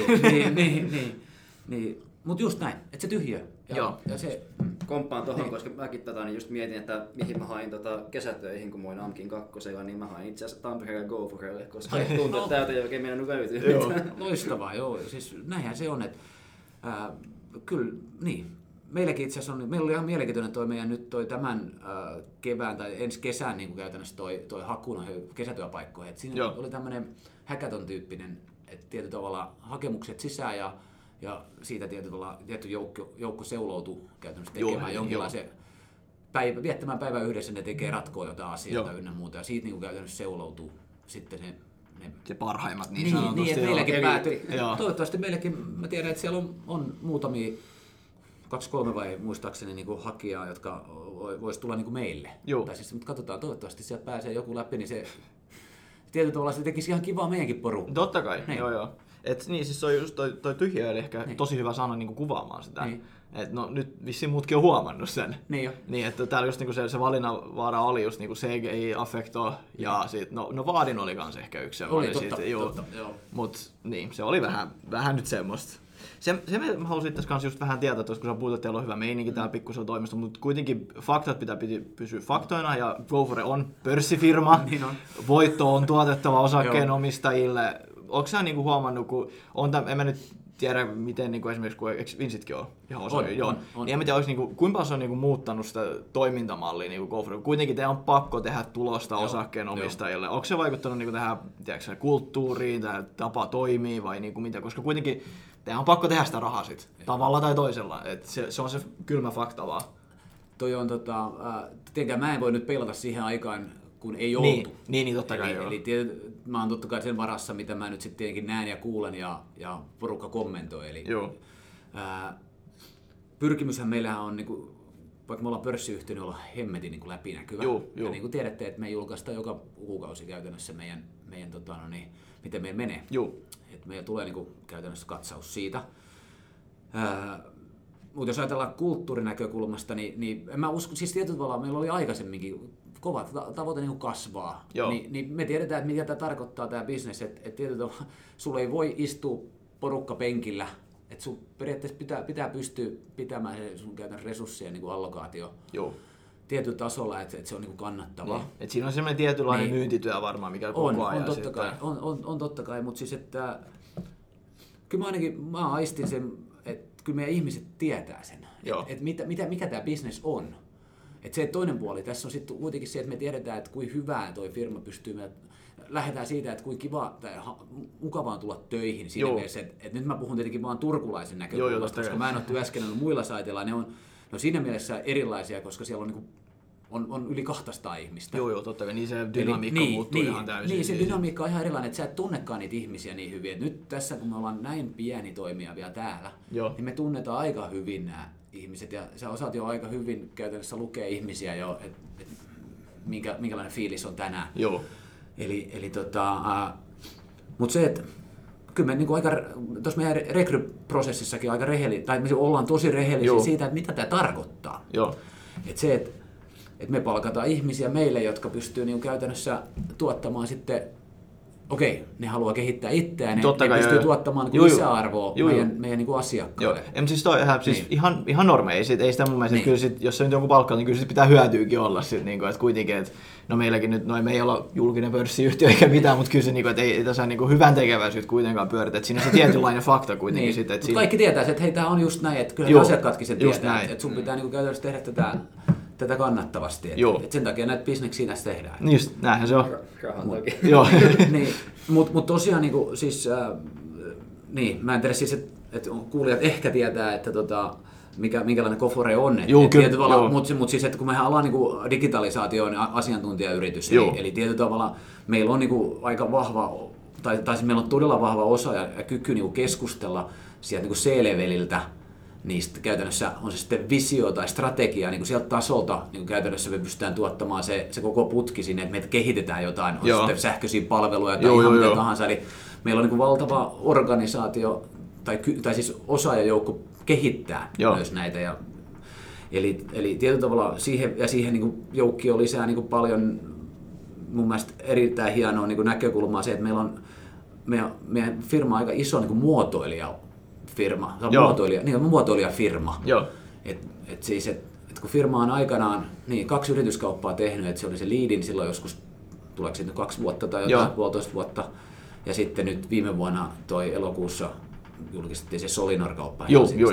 niin. Mutta just näin, että se tyhjiö. Ja se komppaan tuohon, koska mäkin niin just mietin, että mihin mä hain kesätöihin, kun mä olin AMKin 2, niin mä hain itse asiassa Tampereelle Goforelle, koska tuntuu, että täältä ei oikein mennä löytyy. Loistavaa, joo. Siis näinhän se on, että kyllä, niin. Meilläkin itse asiassa meillä oli ihan mielenkiintoinen tämän kevään tai ensi kesän niin käytännössä toi haku kesätyöpaikkoihin. Et siinä oli tämmöinen hackathon-tyyppinen, että tietyllä tavalla hakemukset sisään ja siitä tietty joukko seuloutui käytännössä tekemään jonkinlaisen viettämään päivän yhdessä, ne tekee ratkoa jotain asioita ynnä muuta ja siitä niin käytännössä seuloutuu sitten se parhaimmat niin sanotusti. Niin, että meilläkin päätyi. Toivottavasti meilläkin, mä tiedän, että siellä on muutamia 2-3 vai muistaakseni niin hakijaa, jotka vois tulla niin meille. Tai siis, mutta katsotaan, toivottavasti sieltä pääsee joku läpi, niin se tietyllä tavalla se tekisi ihan kivaa meidänkin porukkaa. Totta kai, joo. Niin, siis se on just toi tyhjiö, eli ehkä tosi hyvä sana kuvaamaan sitä. Niin. Et no nyt vissiin muutkin on huomannut sen. Niin, että täällä just se valinnanvaara oli just CGI, Affecto ja sit, no Vaadin oli kans ehkä yksi sellainen. Oli, totta. Mut niin, se oli vähän nyt semmoista. Se mä halusin tässä kanssa just vähän tietää, kun sä puhut, että teillä on hyvä meininki täällä pikkusella toimistolla, mutta kuitenkin faktat pitää pysyä faktoina ja Gofore on pörssifirma, niin on. Voitto on tuotettava osakkeenomistajille. Onko sä huomannut, kun en mä nyt tiedä, miten esimerkiksi, kun Vincitkin on ihan osa, on. Niin en mä tiedä, kuinka paljon se on muuttanut sitä toimintamallia Gofore. Kuitenkin teidän on pakko tehdä tulosta osakkeenomistajille. Onko se vaikuttanut tähän kulttuuriin, tähän tapa toimii vai mitä, koska kuitenkin teidän on pakko tehdä sitä rahaa sit, tavalla tai toisella. Et se on se kylmä fakta vaan. Toi on tietenkään mä en voi nyt peilata siihen aikaan, kun ei oltu. Niin totta kai. Eli mä oon totta kai sen varassa, mitä mä nyt sitten tietenkin näen ja kuulen ja porukka kommentoi. Eli pyrkimyshän meillähän on, vaikka me ollaan pörssiyhtiö, niin ollaan hemmetin läpinäkyvä. Ja niin kuin tiedätte, että me julkaistaan joka kuukausi käytännössä meidän miten meillä menee. Et meillä tulee käytännössä katsaus siitä. Mutta jos ajatellaan kulttuurinäkökulmasta, niin en mä usko, siis tietyllä tavalla meillä oli aikaisemminkin kova tavoite kasvaa. Niin me tiedetään, että mitä tämä tarkoittaa tämä bisnes, että tietyllä tavalla sulla ei voi istua porukka penkillä, että sun periaatteessa pitää pystyä pitämään sun käytännön resurssien allokaatio tietyllä tasolla, että se on kannattavaa. Niin. Et siinä on semmoinen tietynlainen myyntityö varmaan, mikä koko ajan totta kai, on totta kai, mutta siis että kyllä mä aistin sen, että kyllä meidän ihmiset tietää sen, että mikä tämä business on. Että se toinen puoli tässä on sitten kuitenkin se, että me tiedetään, että kuinka hyvää toi firma pystyy, me lähdetään siitä, että kuinka kiva tai mukavaa on tulla töihin siinä mielessä, että nyt mä puhun tietenkin vaan turkulaisen näkökulmasta, koska mä en ole työskennellyt muilla saiteilla, on siinä mielessä erilaisia, koska siellä on, niin kuin, on yli 200 ihmistä. Joo, totta kai. Niin se dynamiikka muuttuu ihan täysin. Niin, se dynamiikka on ihan erilainen, että sä et tunnekaan niitä ihmisiä niin hyvin. Et nyt tässä, kun me ollaan näin pieni toimija vielä täällä, niin me tunnetaan aika hyvin nämä ihmiset. Ja sä osaat jo aika hyvin käytännössä lukea ihmisiä jo, että minkälainen fiilis on tänään. Joo. Mutta se, että kyllä me niin aika, tuossa meidän rekryprosessissakin aika tai me ollaan tosi rehellisiä siitä, että mitä tämä tarkoittaa. Että se, että me palkataan ihmisiä meille, jotka pystyy niin käytännössä tuottamaan sitten, ne haluaa kehittää itseään, ne pystyy tuottamaan niin lisäarvoa meidän niin asiakkaille. Joo, siis toi siis ihan normi, ei sitä mun mielestä, kyllä sit, jos se nyt joku palkka, niin kyllä sit pitää hyötyäkin olla sit, niin kuin, että kuitenkin, että no meilläkin nyt, me ei olla julkinen pörssiyhtiö eikä mitään, mutta kyllä se, että ei tässä niin hyvän tekeväisyyttä kuitenkaan pyöritä, että siinä on se tietynlainen fakta kuitenkin. Niin. Mutta kaikki tietää, että hei, tämä on just näin, että kyllä asiakkaatkin se tietää, että sun pitää niin käytännössä tehdä tätä kannattavasti, että sen takia näitä bisneksiä tässä tehdään. Niin just, näinhän se on. Rahan toki. Joo. Niin, mutta tosiaan siis, mä en tiedä siis, että kuulijat ehkä tietää, että minkälainen Gofore on. Mutta siis, että kun mehän ollaan niin digitalisaation asiantuntijayritys, eli tietyllä tavalla meillä on niin aika vahva, tai siis meillä on todella vahva osa ja kyky niin keskustella sieltä niin C-leveliltä, niistä käytännössä on se sitten visio tai strategia, niin kuin sieltä tasolta niin käytännössä me pystytään tuottamaan se koko putki sinne, että me kehitetään jotain, on sitten sähköisiä palveluja tai ihan mitä tahansa. Eli meillä on niin kuin valtava organisaatio tai siis osaajajoukko kehittää myös näitä. Eli tietyllä tavalla siihen niin kuin joukkioon lisää niin kuin paljon mun mielestä erittäin hienoa niin kuin näkökulmaa se, että meillä on meidän firma aika iso niin kuin muotoilijafirma. Muotoilijafirma. Siis, kun firma on aikanaan 2 yrityskauppaa tehnyt, että se oli se Leadin silloin joskus, tuleeko siitä 2 vuotta tai jotain 1,5 vuotta, ja sitten nyt viime vuonna toi elokuussa julkistettiin se Solinor-kauppa.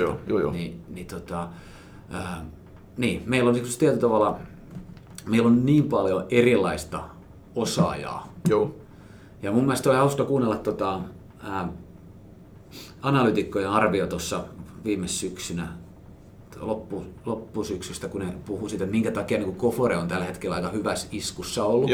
Meillä on tietyllä tavalla meillä on niin paljon erilaista osaajaa. Ja mun mielestä on hauska kuunnella analytikkojen arvio tuossa viime syksynä, loppusyksystä, kun ne puhuu siitä, että minkä takia niin Gofore on tällä hetkellä aika hyvässä iskussa ollut.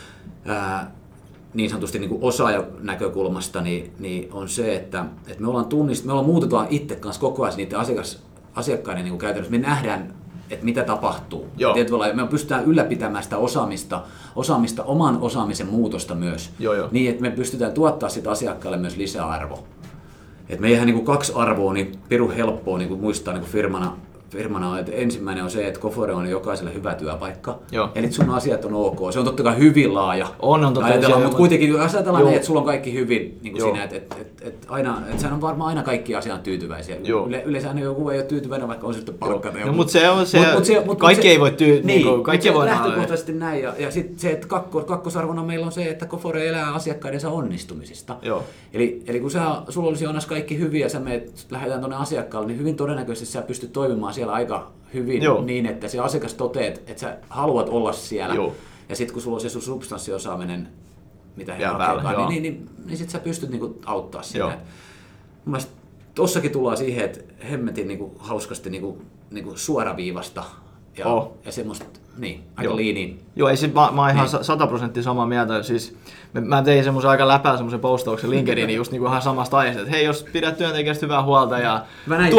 Niin sanotusti niin osaajan näkökulmasta niin on se, että me ollaan muutetaan itse kanssa koko ajan niiden asiakkaiden niin käytännössä. Me nähdään, että mitä tapahtuu. Me pystytään ylläpitämään sitä osaamista, oman osaamisen muutosta myös, niin että me pystytään tuottaa sitä asiakkaalle myös lisäarvoa. Et me eihän niin 2 arvoa niin pirun helppoa niin muistaa niin firmana, että ensimmäinen on se, että Gofore on jokaiselle hyvä työpaikka. Eli sun asiat on ok. Se on totta kai hyvin laaja. Mutta kuitenkin jos ajatellaan, että sulla on kaikki hyvin niin siinä, että sehän on varmaan aina kaikki asiat tyytyväisiä. Yleensä joku ei ole tyytyväinen, vaikka on sitten palkka. Mutta se on se, kaikki ei voi kaikki voi lähtökohtaisesti näin. Ja sitten se, että kakkosarvona meillä on se, että Gofore elää asiakkaidensa onnistumisista. Eli kun sulla olisi onneksi kaikki hyvin ja sä lähdetään tuonne asiakkaalle, niin hyvin todennäköisesti sä pystyt toimimaan siellä aika hyvin niin, että se asiakas toteaa, että sä haluat olla siellä. Ja sitten kun sulla on se sun substanssiosaaminen, mitä he hakeekaan, niin sit sä pystyt niinku auttaa sitä. Mun mielestä tossakin tullaan siihen, että hemmetin niinku hauskasti niinku suoraviivasta ja semmoista aika liiniin. Joo, ei sit mä oon ihan 100% samaa mieltä. Siis mä tein semmoisen aika läpää semmoisen postauksen LinkedInin just niinku ihan samasta aiheesta, että hei, jos pidät työntekijästä hyvää huolta ja mä näin,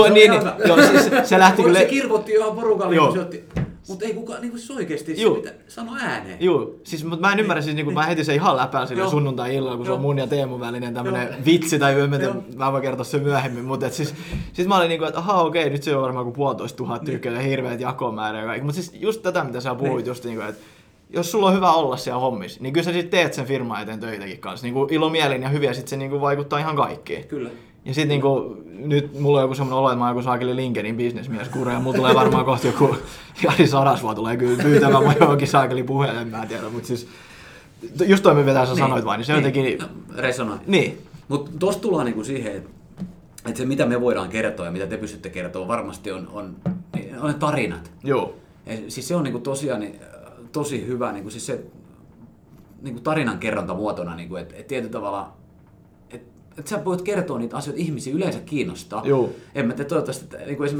se lähti kyllä. Se kirvoitti johon porukalle, kun se otti. Mutta ei kukaan niinku siis oikeesti se pitää sanoa ääneen. Joo, siis mä en ymmärrä siis niinku mä heti se ihan läpään sille sunnuntai-illalla, kun se on mun ja Teemun välinen tämmönen vitsi tai mä voin kertoa sen myöhemmin, mutta siis mä olin niinku, että okei, nyt se on varmaan kuin 1,500 tykköä ja hirveät jakomäärä ja kaikki. Mutta siis just tätä mitä sä puhuit just niinku, että jos sulla on hyvä olla siellä hommissa, niin kyllä sä sit teet sen firman eteen töitäkin kanssa. Niinku ilomielin ja hyviä, sit se niinku vaikuttaa ihan kaikkiin. Kyllä. Ja sit niinku, nyt mulla on joku semmonen olo, että mä oon joku saakeli LinkedIn bisnesmieskure ja mulla tulee varmaan kohta joku Jari Sarasvuo tulee kyllä pyytämään mä johonkin saakeli puheelle, mä en tiedä, mutta siis just toi mitä sä sanoit vaan, niin se jotenkin resonoi. Niin. Mutta tosta tullaan niinku siihen, että se mitä me voidaan kertoa ja mitä te pystytte kertoa varmasti on tarinat. Joo. Ja siis se on niinku tosiaan tosi hyvä niinku siis se niinku tarinan kerrontamuotona niinku että tietyllä tavalla että sä voit kertoa niitä asioita, ihmisiä yleensä kiinnostaa. En mä tiedä, toivottavasti, niin kuin esimerkiksi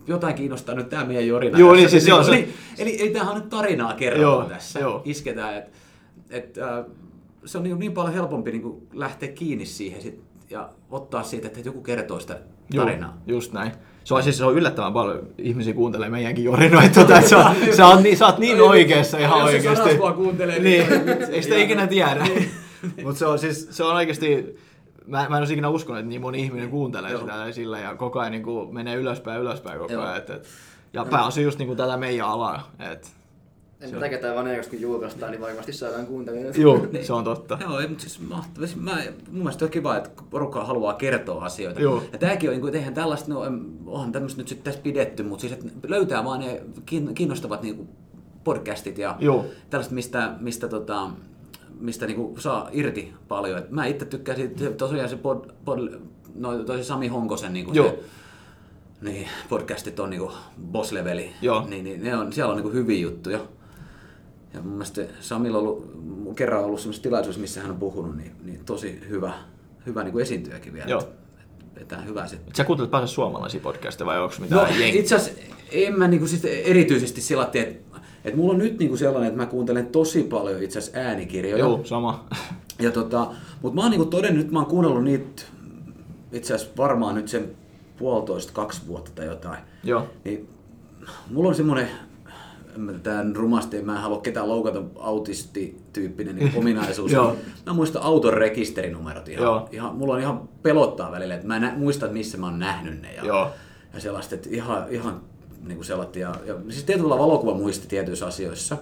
jotain kiinnostaa nyt tämä meidän jorina. Joo, niin siis se on se. Eli tämähän on nyt tarinaa kerrotaan tässä. Joo. Isketään, että se on niin paljon helpompi niin kuin lähteä kiinni siihen ja ottaa siitä, että joku kertoo sitä tarinaa. Joo, just näin. Se on yllättävän paljon ihmisiä kuuntelee meidänkin jorinoita, että sä oot niin oikeassa ihan oikeasti. Jos se Sarasvaa kuuntelee, niin ei sitä ikinä tiedä. Mutta se on oikeasti, mä en olisi ikinä uskonut, että niin moni ihminen kuuntelee sitä sillä ja koko ajan niin kuin menee ylöspäin koko ajan. Ja pääosin just niin kuin tätä meidän alaa. En mä tekee tämän vaneekosta, kun julkaistaan, niin varmasti saadaan kuuntelijoita. Joo, se on totta. Joo, mutta siis mahtavasti. Mun mielestä on kiva, että porukka haluaa kertoa asioita. Joo. Ja tääkin on, eihän tällaista, onhan tämmöistä nyt sitten tässä pidetty, mutta siis että löytää vaan ne kiinnostavat niinku podcastit ja tällaiset, mistä niinku saa irti paljon. Et mä itse tykkään siitä, tosiaan se toi Sami Honkosen niinku se, niin, podcastit on niinku boss-leveli, niin siellä on niinku hyviä juttuja. Ja mun mielestä Samilla on kerran ollut sellaisessa tilaisuudessa, missä hän on puhunut, niin tosi hyvä niinku esiintyjäkin vielä. Joo. Vetää hyvää sitten. Sä kuuntelet paljon suomalaisia podcasteja vai onko mitään jengiä? Itse asiassa en mä niinku siis erityisesti silatti, että mulla on nyt niinku sellainen, että mä kuuntelen tosi paljon itse asiassa äänikirjoja. Joo, sama. Ja mutta mä oon niinku todennut, nyt mä oon kuunnellut niitä itse asiassa varmaan nyt sen 1,5–2 vuotta tai jotain. Joo. Niin mulla on semmoinen, tää rumasti, mä en halua ketään loukata, autistityyppinen niin ominaisuus. Mä muistan auton rekisterinumerot ihan, mulla on ihan pelottaa välillä, että mä en muista, missä mä oon nähnyt ne ja sellaista, että ihan niin kuin sellaista. Ja siis tietyllä valokuva muisti tietyissä asioissa.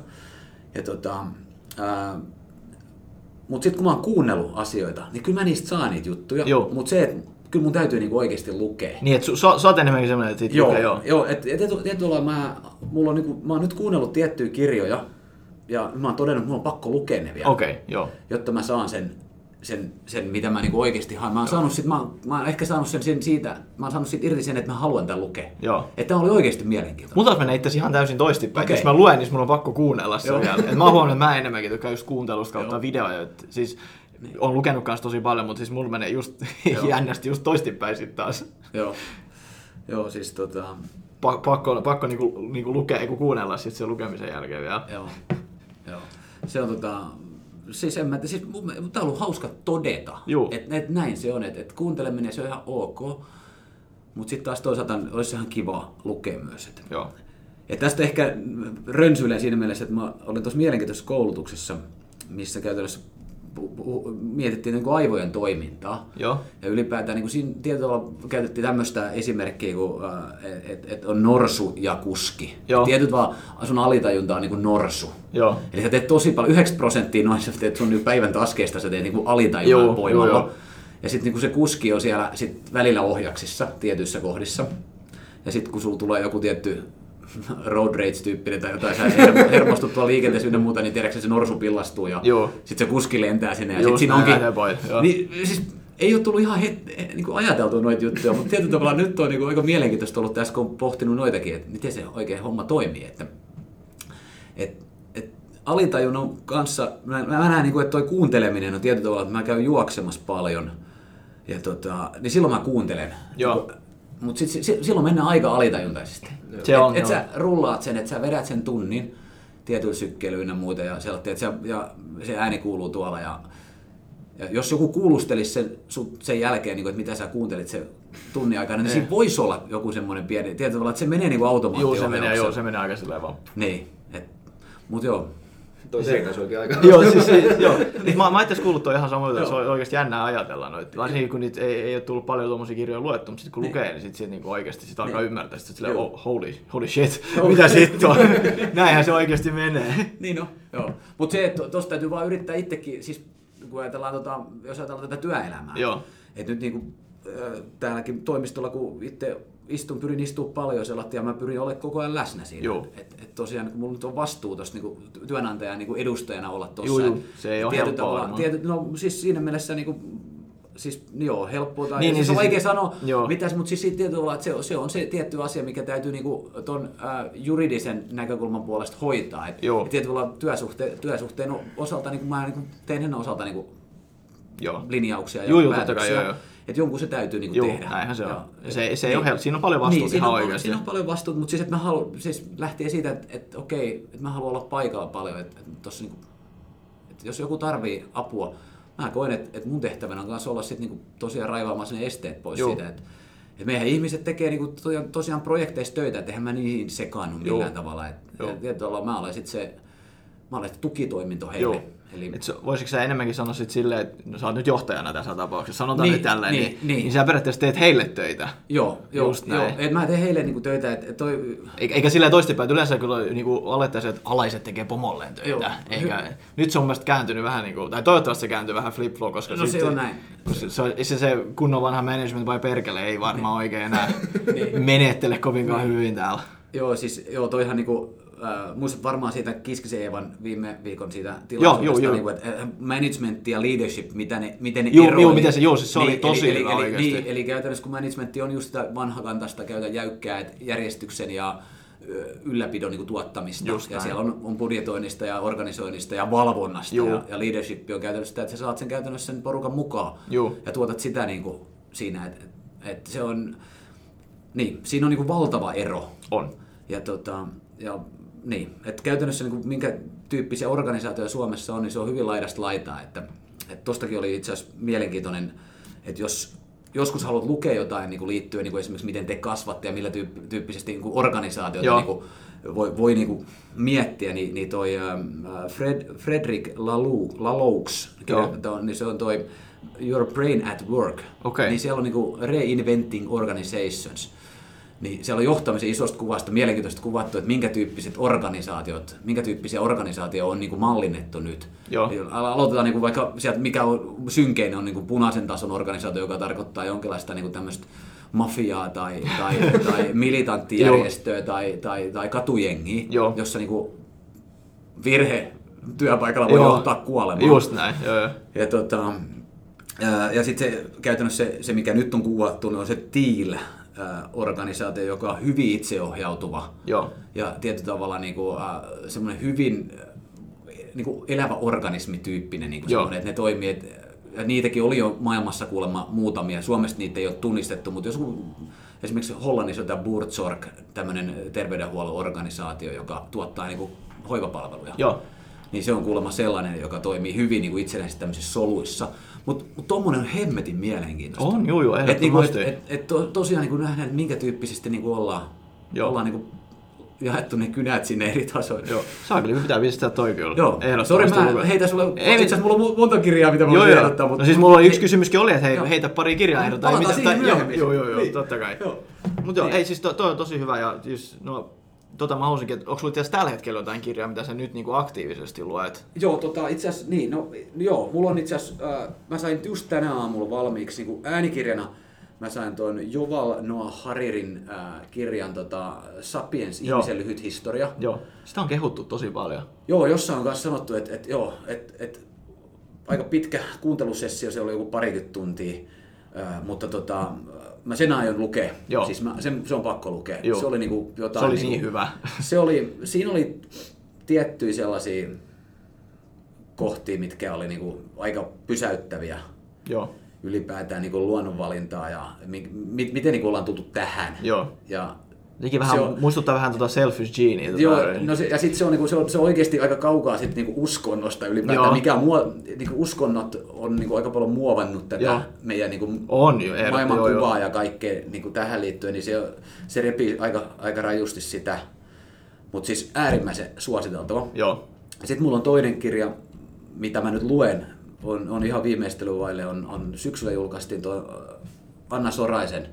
Mutta sitten kun mä oon kuunnellut asioita, niin kyllä mä niistä saan niitä juttuja. Mutta se, että kyllä mun täytyy niinku oikeasti lukea. Niin, että sä oot enemmänkin semmoinen, että siitä lukee, Joo, että tietyllä mä oon nyt kuunnellut tiettyjä kirjoja, ja mä oon todennut, että mulla on pakko lukea ne vielä. Jotta mä saan sen mitä mä niinku oikeasti haen. Mä oon ehkä saanut sen siitä, mä oon saanut siitä irti sen, että mä haluan tämän lukea. Että tämä oli oikeasti mielenkiintoista. Mulla taas menee itse ihan täysin toistepäin. Jos mä luen, niin mulla on pakko kuunnella se vielä. Et mä oon huomannut, että mä enemmänkin tykkään just kuuntelusta kautta videoja. Siis on lukenut kanssa tosi paljon, mutta siis mulla menee just jännästi just toistepäin sit taas. Joo, siis Pakko niinku lukea, eiku kuunnella sit sen lukemisen jälkeen vielä. Joo. Se on siis tää on ollut hauska todeta, että näin se on, että kuunteleminen se on ihan ok, mutta sitten taas toisaalta olisi ihan kiva lukea myös. Ja tästä ehkä rönsyilen siinä mielessä, että mä olin tuossa mielenkiintoisessa koulutuksessa, missä käytännössä mietittiin niin kuin aivojen toimintaa. Ja ylipäätään niin kuin siinä tietyllä käytettiin tämmöistä esimerkkiä, että on norsu ja kuski. Tietyt vaan sun alitajunta on niin kuin norsu. Eli sä teet tosi paljon, 9% noin, sä teet sun päivän taskeista, sä teet niin kuin alitajunnan voimalla. Ja sitten niin se kuski on siellä sit välillä ohjaksissa tietyissä kohdissa. Ja sitten kun sulla tulee joku tietty road rage-tyyppinen tai jotain, sä hermostut tuolla liikenteessä ynnä muuta, niin tiedätkö se norsu pillastuu ja sitten se kuski lentää sinne ja sitten siinä onkin. Niin, siis ei ole tullut ihan niin ajateltua noita juttuja, mutta tietyllä tavalla nyt on niin aika mielenkiintoista ollut tässä, kun on pohtinut noitakin, että miten se oikein homma toimii. Että alitajunnan kanssa, mä näen, niin kuin, että toi kuunteleminen on tietyllä tavalla, että mä käyn juoksemassa paljon ja niin silloin mä kuuntelen. Mutta silloin mennään aika alitajuntaisesti. Että sä rullaat sen, että sä vedät sen tunnin tietyillä sykkeilyillä ja muuta ja se ääni kuuluu tuolla. Ja jos joku kuulustelisi sen jälkeen, että mitä sä kuuntelit sen tunnin aikana, niin siinä voisi olla joku semmoinen pieni, tietyllä tavalla, että se menee niin automaattiohjauksella. Se menee aika silleen vaan. Niin, mutta joo. Toi seikas oikein aika. Mä itse kuullut toi ihan samoin, että se on oikeasti jännää ajatella noita. Varsinkin kun niitä ei ole tullut paljon tuommoisia kirjoja luettu, mutta sitten kun lukee, niin sitten niinku oikeasti sit alkaa ymmärtää, että silleen, holy shit, mitä sitten on. Näinhän se oikeasti menee. Niin no, joo. Mutta se, että tosta täytyy vaan yrittää itsekin, siis kun ajatellaan, jos ajatellaan tätä työelämää, että nyt niinku täälläkin toimistolla, kun itse pyrin istumaan paljon sellaista ja mä pyrin olemaan koko ajan läsnä siinä. Et tosiaan kun mulla nyt on vastuu tuossa niinku työnantajan niinku edustajana olla tuossa. Se ei ole helppoa. No siis siinä mielessä niinku, siis helppoa tai siis on vaikea sanoa mitäs, mutta siis siitä tietyllä tavalla, että se on se tietty asia, mikä täytyy niinku ton juridisen näkökulman puolesta hoitaa. Et tietyllä tavalla työsuhteen osalta niinku mä niinku teen ennen osalta niinku linjauksia ja päätöksiä. että jonkun se täytyy niinku tehdä. Näinhän se on. Se ei ole siinä on paljon vastuuta niin, ihan oikeasti. Siinä on paljon vastuuta, mutta siis lähtee siitä, että okei, että mä haluan olla paikalla paljon, että jos joku tarvii apua, mä koen, että mun tehtävänä on kanssa olla sit niinku tosiaan raivaamaan ne esteet pois siitä, että meidän ihmiset tekee niinku tosiaan projekteissa töitä, että eihän mä niihin sekaannu millään tavalla. Mä olen sitten se tukitoiminto heille. Eli... Voisitko sä enemmänkin sanoa sit silleen, että sä oot nyt johtajana tässä tapauksessa, sanotaan nyt tälleen, niin sä periaatteessa teet heille töitä. Joo. Et mä teen heille niinku töitä. Eikä silleen toistepäin, yleensä kyllä niinku olettaisiin, että alaiset tekee pomolleen töitä. Nyt se on mielestäni kääntynyt vähän, niinku, tai toivottavasti se kääntyy vähän flip-flop, koska se on näin. Se kunnon vanha management vai perkele ei varmaan oikein enää menettele kovinkaan hyvin täällä. Joo, toihan niinku... muistat varmaan siitä Kiskisen Eevan viime viikon siitä tilaisuudesta, niin että management ja leadership, miten ne eroavat. Joo, miten se oli tosi hyvä oikeasti. Eli käytännössä kun managementti on just sitä vanhakantasta jäykkää järjestyksen ja ylläpidon niin kuin tuottamista. Ja siellä on budjetoinnista ja organisoinnista ja valvonnasta. Ja leadership on käytännössä sitä, että sä saat sen käytännössä sen porukan mukaan. Ja tuotat sitä niin kuin siinä, että se on... Niin, siinä on niin kuin valtava ero. On. Ja niin, että käytännössä niin minkä tyyppisiä organisaatioita Suomessa on, niin se on hyvin laidasta laitaa. Että tostakin oli itse asiassa mielenkiintoinen, että jos joskus haluat lukea jotain niin liittyen niin esimerkiksi miten te kasvatte ja millä tyyppisesti niin organisaatioita niin voi niin miettiä, niin toi Frederick Laloux, niin se on toi Your Brain at Work, niin siellä on niin Reinventing Organizations. Niin siellä on johtamisen isosta kuvasta mielenkiintoista kuvattu, että minkä tyyppisiä organisaatioita on niin kuin mallinnettu nyt. Aloitetaan niin kuin vaikka sieltä, mikä on synkeinen, on niin kuin punaisen tason organisaatio, joka tarkoittaa jonkinlaista niin kuin tämmöistä mafiaa tai militanttijärjestöä tai katujengiä, jossa niin kuin virhe työpaikalla voi johtaa kuolemaan. Just näin. Ja sitten se, käytännössä se, mikä nyt on kuvattu, on se TEAL-organisaatio, joka on hyvin itseohjautuva ja tietyllä tavalla niinku, semmoinen hyvin niinku elävä organismityyppinen, niinku semmoinen, että ne toimii, ja niitäkin oli jo maailmassa kuulemma muutamia, Suomessa niitä ei ole tunnistettu, mutta jos esimerkiksi Hollannissa on tämä Buurtzorg, tämmöinen terveydenhuollon organisaatio, joka tuottaa niinku hoivapalveluja, niin se on kuulemma sellainen, joka toimii hyvin niinku itsenäisesti tämmöisissä soluissa. Mutta tommonen on hemmetin mielenkiintoista. On, joo, ehdottomasti. Tosiaan niin nähdään, että minkä tyyppisesti niin ollaan niin jaettu ne kynät sinne eri tasoille. Joo. Saakeli, pitää pistää toi kyllä. Joo. Sori, mä heitän sulle, itse asiassa mulla on monta kirjaa, mitä mä voin ehdottaa. Mutta siis mulla on yksi kysymyskin oli, että heitä pari kirjaa ehdottaa. Palataan siihen myöhemmin. Joo, totta kai. Mutta ei siis toi on tosi hyvä ja siis mä haluaisinkin, että onko sulla itse tällä hetkellä jotain kirjaa, mitä sä nyt niinku aktiivisesti luet? Joo, itse asiassa, mulla on itse asiassa, mä sain just tänä aamulla valmiiksi niin äänikirjana, mä sain tuon Yuval Noah Haririn kirjan Sapiens, ihmisen lyhyt historia. Joo, sitä on kehuttu tosi paljon. Joo, jossain on myös sanottu, että aika pitkä kuuntelusessio, se oli joku parikymmentä tuntia, mutta mä sen aion lukea. Siis se on pakko lukea. Se oli niinku jotain. Se oli niin hyvä. Siinä oli tiettyjä sellaisia kohtia, mitkä oli niinku aika pysäyttäviä. Ylipäätään niinku luonnonvalintaa ja miten niinku ollaan tultu tähän. Ja muistuttaa vähän Selfish Genea. Ja sitten se on oikeasti aika kaukaa sit niinku uskonnosta ylipäätään. Mikä niinku uskonnot on niinku aika paljon muovannut tätä meidän niinku maailmankuvaa ja kaikkea niinku tähän liittyen, niin se repii aika rajusti sitä. Mutta siis äärimmäisen suositeltava. Sitten mulla on toinen kirja, mitä mä nyt luen, on ihan viimeistelyvaille, on syksyllä julkaistiin tuo Anna Soraisen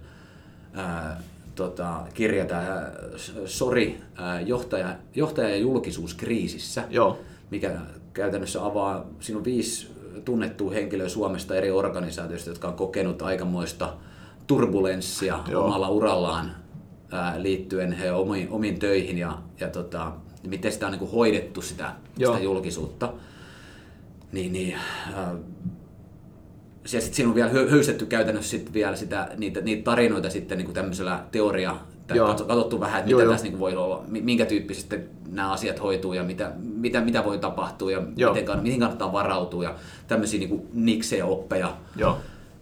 kirja, tämä Sori, johtaja ja julkisuus kriisissä, mikä käytännössä avaa, siinä on 5 tunnettua henkilöä Suomesta eri organisaatioista, jotka on kokenut aikamoista turbulenssia omalla urallaan liittyen he omiin töihin ja miten sitä on niin kuin hoidettu sitä julkisuutta. Sitten siinä on vielä höystetty käytännössä vielä niitä tarinoita sitten niin kuin tämmöisellä katsottu vähän, että mitä tässä niin kuin voi olla, minkä tyyppisesti nämä asiat hoituu ja mitä voi tapahtua ja mihin kannattaa varautua ja tämmöisiä niin kuin niksejä oppeja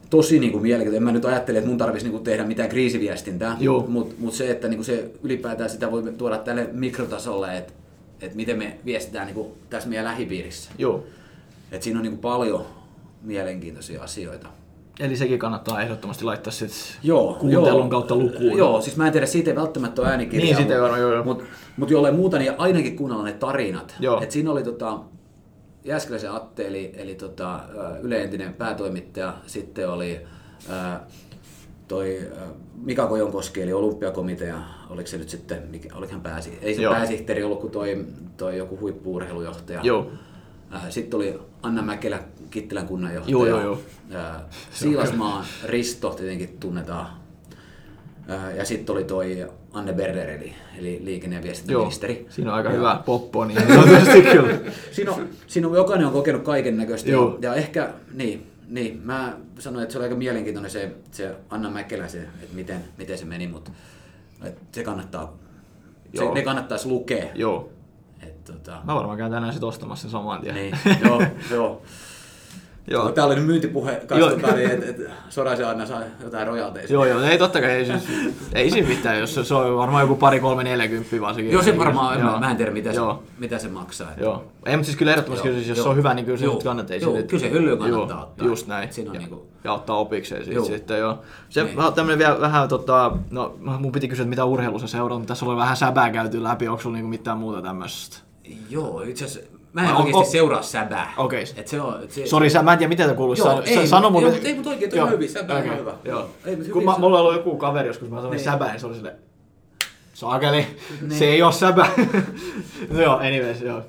tosi niin kuin mielenkiintoinen. En mä nyt ajattele, että mun tarvitsisi niin kuin tehdä mitään kriisiviestintää, mutta se, että niin kuin se ylipäätään sitä voi tuoda tälle mikrotasolle, että miten me viestitään niin kuin tässä meidän lähipiirissä. Joo. Että siinä on niin kuin paljon mielenkiintoisia asioita. Eli sekin kannattaa ehdottomasti laittaa sit kuuntelun kautta lukuun. Joo, siis mä en tiedä, siitä ei välttämättä ole äänikirjaa. Niin, siitä ei varmaan, Mutta jollei muuta, niin ainakin kuunnella ne tarinat. Et siinä oli Jääskeläisen Atte, eli Yle entinen päätoimittaja, sitten oli toi Mika Kojonkoski, eli Olympiakomitea, oliko se nyt sitten, oliko hän ei se pääsihteeri ollut kuin toi joku huippu-urheilujohtaja. Joo. Sitten oli Anna Mäkelä, Kittilän kunnanjohtaja. Joo. Siilasmaan Risto tietenkin tunnetaan. Ja sitten oli toi Anne Berder, eli liikenne- ja viestintäministeri. Joo, siinä on aika hyvä poppo, niin kyllä. Siinä on jokainen on kokenut kaiken näköistä. Ja ehkä, niin, mä sanoin, että se oli aika mielenkiintoinen se Anna Mäkelä, että miten se meni, mutta se kannattaa, ne kannattaisi lukea. Joo. Mä varmaan käyn tänään sit ostamassa sen saman tien. Niin, joo. Joo. Tää oli nyt myyntipuhe, niin että Soraisen Anna saa jotain rojalteista. Joo, ei totta kai, ei siinä mitään, jos se on varmaan joku 2, 3, 40 vaan sekin. Joo, se varmaan, mä en tiedä mitä se maksaa. Että. Joo, ei, mutta siis kyllä ehdottomasti, jos se on hyvä, niin kyllä se nyt kannattaa. Joo, kyllä se hyllyyn kannattaa ottaa. Just näin, ja ottaa opikseen siitä sitten, joo. Se niin. tämmönen vielä vähän, no mun piti kysyä, että mitä urheilussa seuraa, mutta tässä oli vähän säbää käyty läpi, onko sulla niinku mitään muuta tämmöistä? Joo, itse asiassa mä en oikeesti seuraa säbää. Okei. Sori, mä en tiedä miten tämä kuuluu. Sano mulle. Ei, mutta oikein, toi on hyvin. Säbää on hyvä. Joo. Kun mulla oli joku kaveri joskus, mä sanoin säbää, niin se oli silleen, saakeli, se ei oo säbää. No joo, anyways, joo.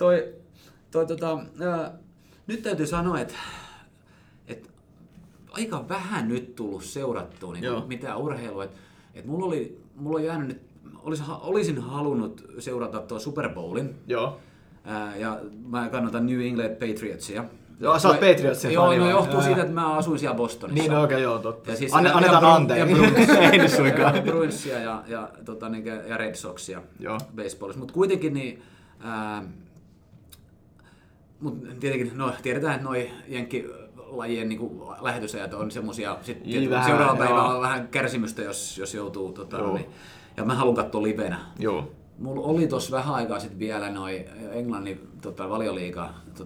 Nyt täytyy sanoa, että aika vähän nyt tullut seurattua niin mitään urheilua. Et mulla on jäänyt nyt, olisin halunnut seurata tuo Super Bowlin. Joo. Ja mä kannatan New England Patriotsia. Joo, sä oot Patriotsia. Joo, no johtuu siitä, että mä asuin siellä Bostonissa. Niin, okei, joo, totta. Siis annetaan anteeksi. Ei nyt suinkaan. Bruinsia ja Red Soxia baseballissa. Mutta kuitenkin niin, mut tietenkin, no tiedetään, että noi jenkkilajien niin lähetysajat on semmosia, seuraavalla päivällä on vähän kärsimystä, jos joutuu, niin, ja mä haluan katsoa livenä. Joo. Mulla oli tossa vähän aikaa sitten vielä noi Englannin valioliiga,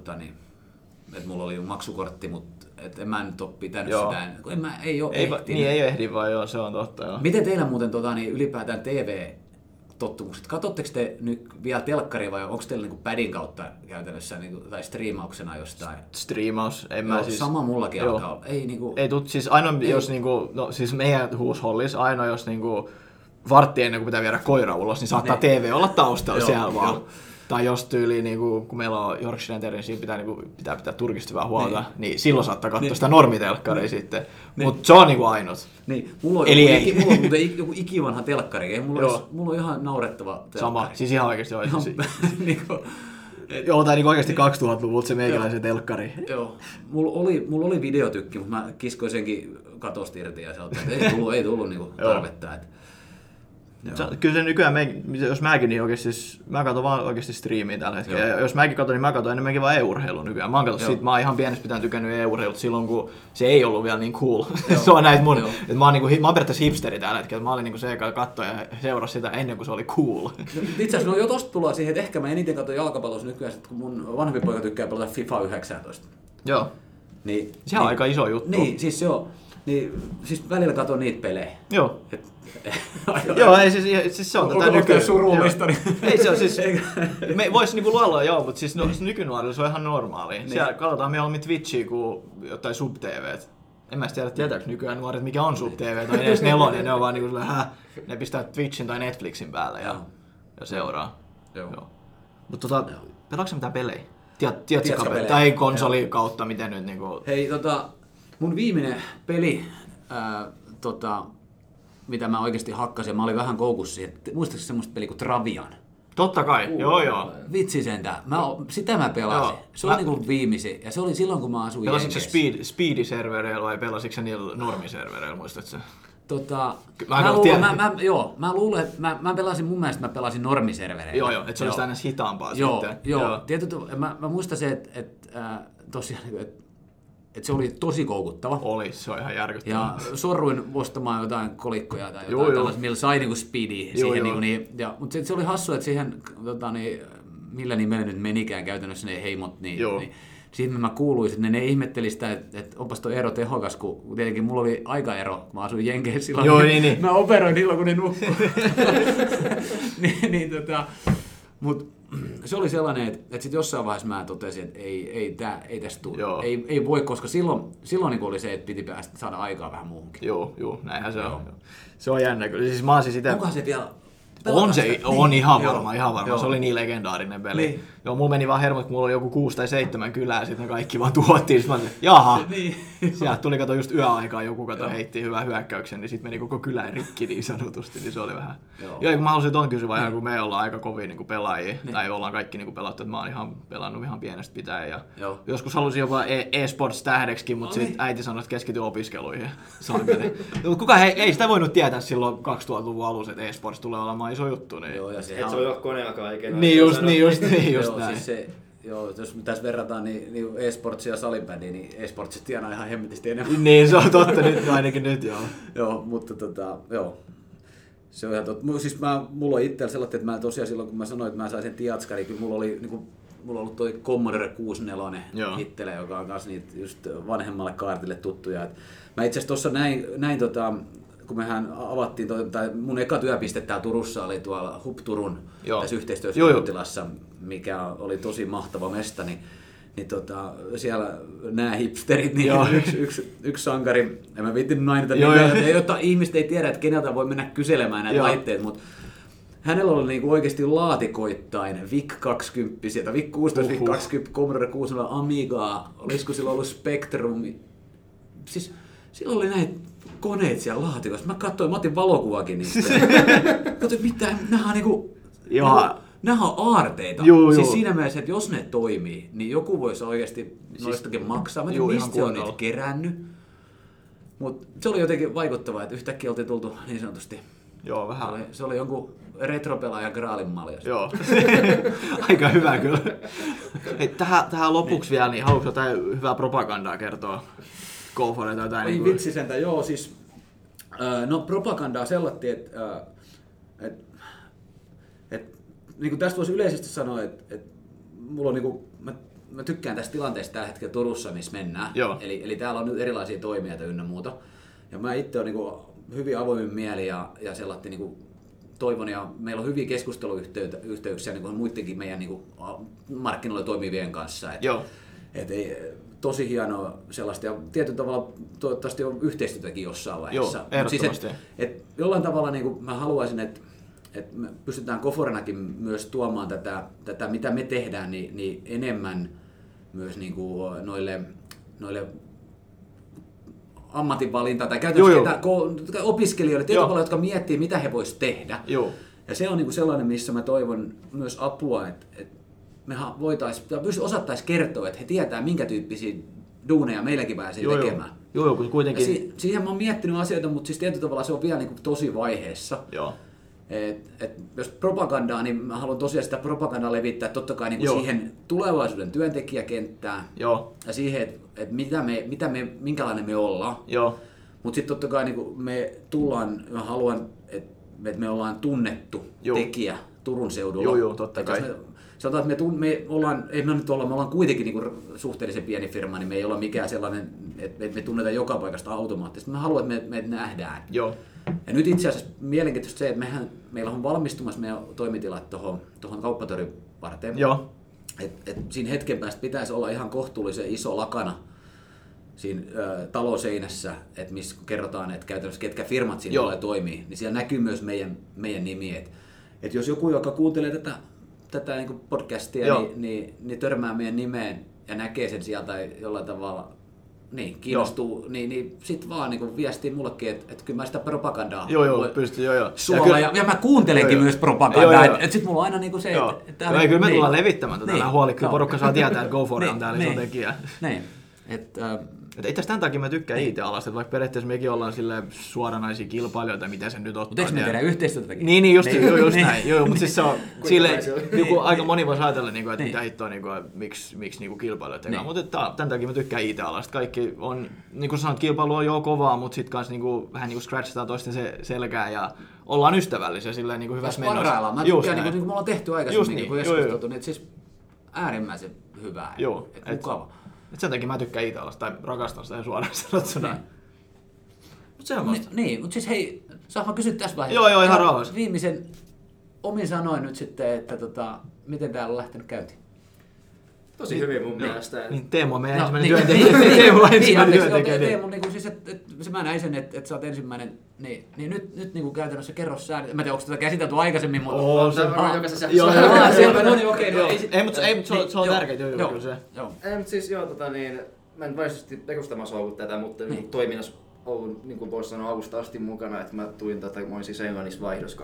että mulla oli maksukortti, mutta en mä nyt ole pitänyt sitä, kun ei ole ehtinyt. Niin ei ehdi vaan, joo, se on totta. Joo. Miten teillä muuten ylipäätään TV-tottumukset? Katsotteko te nyt vielä telkkaria vai onko teillä niinku padin kautta käytännössä tai striimauksena jostain? Striimaus, en mä siis. Sama mullakin alkaa. Ei siis ainoa jos niinku, no siis meidän huushollis ainoa jos niinku vartti ennen kuin pitää viedä koira ulos, niin saattaa TV olla taustalla siellä vaan. Tai jos tyyliin, kun meillä on Yorkshire Terrier, niin siinä pitää turkista hyvää huolta, niin silloin saattaa katsoa sitä normitelkkaria sitten. Mutta se on ainut. Niin, mulla on muuten joku ikivanha telkkari, mulla on ihan naurettava telkkari. Sama, siis ihan oikeasti oikeasti. Joo, tai oikeasti 2000-luvulta se meikäläisen telkkari. Joo, mulla oli videotykki, mutta mä kiskoin senkin katosta irti ja että ei tullut tarvetta. Kyllä se nykyään, jos mäkin, niin oikeasti, mä katson vaan oikeasti striimiä tällä hetkellä. Ja jos mäkin katson, niin mä katson enemmänkin vaan e-urheilua nykyään. Mä oon ihan pienestä pitäen tykännyt e-urheilulta silloin, kun se ei ollut vielä niin cool. Se on näitä mun, että mä oon periaatteessa hipsteri tällä hetkellä. Mä olin se, joka katsoi ja seurasi sitä ennen kuin se oli cool. Itse asiassa jo tosta tullaan siihen, että ehkä mä eniten katson jalkapallossa nykyään, kun mun vanhempi poika tykkää pelata FIFA 19. Joo. Se on aika iso juttu. Niin, siis joo. Niin, siis välillä katon niitä pelejä. Joo. Joo, ei siis se on tätä nykyään surullista. Ei se on siis, me vois niinku laulaa mutta siis nykynuorilla se on ihan normaalia. Niin. Siellä katsotaan mieluummin Twitchiä kuin jotain sub-tvt. En mä tiedä, tietääkö nykyään nuoret mikä on sub-tv tai edes nelonen, ne on vaan niinku ne pistää Twitchin tai Netflixin päälle ja seuraa. Joo. Mutta pelaatko sä mitään pelejä? Tiedätkö tai konsoli kautta, miten nyt niinku. Hei, mun viimeinen peli, mitä mä oikeasti hakkasin, mä olin vähän koukussa siihen. Muistatko semmoista peliä kuin Travian? Totta kai, joo. Vitsi sentään. Sitä mä pelasin. Se oli niinku viimeisin. Ja se oli silloin, kun mä asuin Jenkeissä. Pelasitko se Speedi-servereillä vai pelasitko se niillä normiservereillä, muistatko? Mä luulen, että mä pelasin mun mielestä normiservereillä. Joo, että se olisi aina hitaampaa sitten. Joo. Tietysti, mä muistan se, että tosiaan, että se oli tosi koukuttava. Se on ihan järkyttävää. Ja sorruin ostamaan jotain kolikkoja tai jotain tällaista, millä sai niinku speedia siihen. Mutta se oli hassu, että siihen, millä nimellä nyt menikään käytännössä ne heimot, niin siitä mä kuuluin, että ne ihmetteli sitä, että onpas tuo ero tehokas, kun tietenkin mulla oli aikaero, kun mä asuin Jenkeissä silloin. Niin. Mä operoin silloin, kun ne nukkui. Mutta se oli sellainen, että sitten jossain vaiheessa mä totesin, että ei tästä tule. Ei voi, koska silloin niin oli se, että piti päästä saada aikaa vähän muuhunkin. Joo, näinhän se on. Se on jännä kyllä. Siis mä siis onkohan se vielä... On ihan varma. Joo. Se oli niin legendaarinen peli. Niin. Joo, mulla meni vaan hermo, että mulla oli joku 6 tai 7 kylää, ja sitten ne kaikki vaan tuhottiin. Sitten mä olin, jaha. Niin. Sieltä tuli just yöaikaan joku heitti hyvän hyökkäyksen, niin sitten meni koko kylä rikki niin sanotusti, niin se oli vähän. Joo, kun mä halusin ton kysyä ihan, kun me ollaan aika kovia niin pelaajia, tai ollaan kaikki niin pelattu, että mä oon ihan pelannut ihan pienestä pitäen. Ja joskus halusin jopa e-sports-tähdeksikin, mutta sitten äiti sanoi, että keskity opiskeluihin. Ei sitä voinut tietää silloin 2000-luvun alussa, että e-sports tulee olemaan iso juttu. Niin. Joo, ja et se on jo koneakaan eikä. Niin just näin. Siis jos tässä verrataan niin e-sportsia ja salibändiä, niin e-sportsit tienaa ihan hemmetisti enemmän. Niin, se on totta nyt, ainakin nyt joo, mutta se on ihan totta. Siis mulla on itsellä sellainen, että mä tosiaan silloin kun mä sanoin, että mä sain sen Tiatskari, niin mulla on ollut toi Commodore 64 itsellä, joka on kanssa niitä just vanhemmalle kaartille tuttuja. Et mä itse asiassa tuossa näin kun mehän avattiin, mun eka työpiste täällä Turussa oli tuolla Hub Turun tässä yhteistyössä, mikä oli tosi mahtava mesta, niin siellä nämä hipsterit, niin yksi sankari, en mä viittinyt mainita, jotta ihmiset ei tiedä, että keneltä voi mennä kyselemään näitä laitteet, mutta hänellä oli niinku oikeasti laatikoittain VIC-20, VIC-16, VIC-20, Commodore 64, Amigaa, olisiko sillä ollut Spectrum, siis silloin oli näitä koneet siellä laatikossa. Mä otin valokuvakin niistä. Katsoin, mitä, nämä on niinku... Nämä on aarteita. Siis siinä mielessä, että jos ne toimii, niin joku voisi oikeasti noistakin maksaa. Mä en tiedä, mistä se on niitä kerännyt. Mutta se oli jotenkin vaikuttavaa, että yhtäkkiä oltiin tultu niin sanotusti. Joo, vähän. Se oli jonkun retropelaajan Graalin malja. Joo. Aika hyvä kyllä. Hei, tähän lopuksi vielä, niin haluatko jotain hyvää propagandaa kertoa? Go for it, jotain. Ei vitsi sentä, joo siis. No propagandaa sellainen, että niin kuin tästä voisi yleisesti sanoa, että mulla on niin kuin, mä tykkään tästä tilanteesta tällä hetkellä Turussa, missä mennään. Eli täällä on nyt erilaisia toimijoita ynnä muuta. Ja mä itse olen niin hyvin avoimin mieli ja sellainen niin toivon, ja meillä on hyviä keskusteluyhteyksiä niin muidenkin meidän niin markkinoilla toimivien kanssa. Tosi hienoa sellaista, ja tietyllä tavalla toivottavasti on yhteistyötäkin jossain vaiheessa. Joo, ehdottomasti. Siis, jollain tavalla niin mä haluaisin, että me pystytään Goforenakin myös tuomaan tätä mitä me tehdään, niin enemmän myös niin kuin noille ammatinvalinta tai käytännössä opiskelijoille, tietyllä tavalla, jotka miettii, mitä he voisivat tehdä. Joo. Ja se on niin kuin sellainen, missä mä toivon myös apua, että me osattaisiin kertoa, että he tietää, minkä tyyppisiä duuneja meilläkin pääsee tekemään. Joo, kuitenkin. Siihen mä oon miettinyt asioita, mutta siis tietyllä tavalla se on vielä niin kuin tosi vaiheessa. Joo. Jos propagandaa, niin mä haluan tosiaan sitä propagandaa levittää totta kai niin kuin siihen tulevaisuuden työntekijäkenttään. Joo. Ja siihen, että minkälainen me ollaan. Mutta sitten totta kai niin kuin mä haluan, että me ollaan tunnettu tekijä Turun seudulla. Joo, totta kai. Sanotaan, että me ollaan kuitenkin niin kuin suhteellisen pieni firma, niin me ei olla mikään sellainen, että me tunnetaan joka paikasta automaattisesti. Mä haluan, että me nähdään. Joo. Ja nyt itse asiassa mielenkiintoista se, että meillä on valmistumassa meidän toimitilat tuohon kauppatorin varten. Joo. Et siinä hetken päästä pitäisi olla ihan kohtuullisen iso lakana siinä taloseinässä, että missä kerrotaan, että käytännössä ketkä firmat siinä tulee toimii, niin siellä näkyy myös meidän nimi. Et jos joku, joka kuuntelee tätä niin kuin podcastia, niin törmää meidän nimeen ja näkee sen sieltä jollain tavalla kiinnostuu, niin sit vaan niin viestii mullekin, että kyllä mä sitä propagandaa suolla. Ja mä kuuntelenkin myös propagandaa. Sitten mulla on aina niin se, että... Kyllä me tullaan levittämään tätä huoli. Kyllä porukka saa tietää, että Go for it on täällä iso tekijä. Että itse tämän takia mä tykkään IT-alasta, että vaikka periaatteessa mekin ollaan suoranaisia kilpailijoita, mitä se nyt ottaa. Mutta eikö me tehdään yhteistyötäkin? Niin, just näin. Joo, mutta siis se on silleen, aika moni voisi ajatella, että mitä hittoa, miksi kilpailijat tekee. Mutta tämän takia mä tykkään IT-alasta. Kaikki on, niin kuin sanoit, kilpailu on jo kovaa, mutta sitten kanssa vähän scratchataan toisten selkää ja ollaan ystävällisiä silleen hyvässä menossa. Parhaillaan. Mä tykkään, niin kuin me ollaan tehty aikaisemmin, kun keskusteltu, niin siis äärimmäisen hyvää. Joo. Mukava. Sen takia mä tykkään IT-alasta tai rakastan sitä suoraan sanottuna. Mutta se on vasta. Niin, mutta siis hei, saanko kysyä tässä vaiheessa? Joo, ihan rauhassa. Viimeisen omin sanoin nyt sitten, että miten täällä on lähtenyt käyntiin? Tosi hyvin mun mielestä. Niin, Teemu on meidän ensimmäinen työntekijä. Teemu on ensimmäinen työntekijä. Teemu, mä näin sen, että sä oot ensimmäinen. Niin nyt niin käytännössä kerro säännöt. Mä en tiedä, onko tätä käsitelty aikaisemmin, mutta... Oo, se on jokaisessa siellä. No niin, okei. Ei, mutta se on tärkeää, kyllä se. Ei, mutta siis mä en varsinaisesti perustamassa ollut tätä, mutta toiminnassa ollut, niin kuin voisi sanoa, alusta asti mukana, että mä tulin mä olin siis Englannissa vaihdos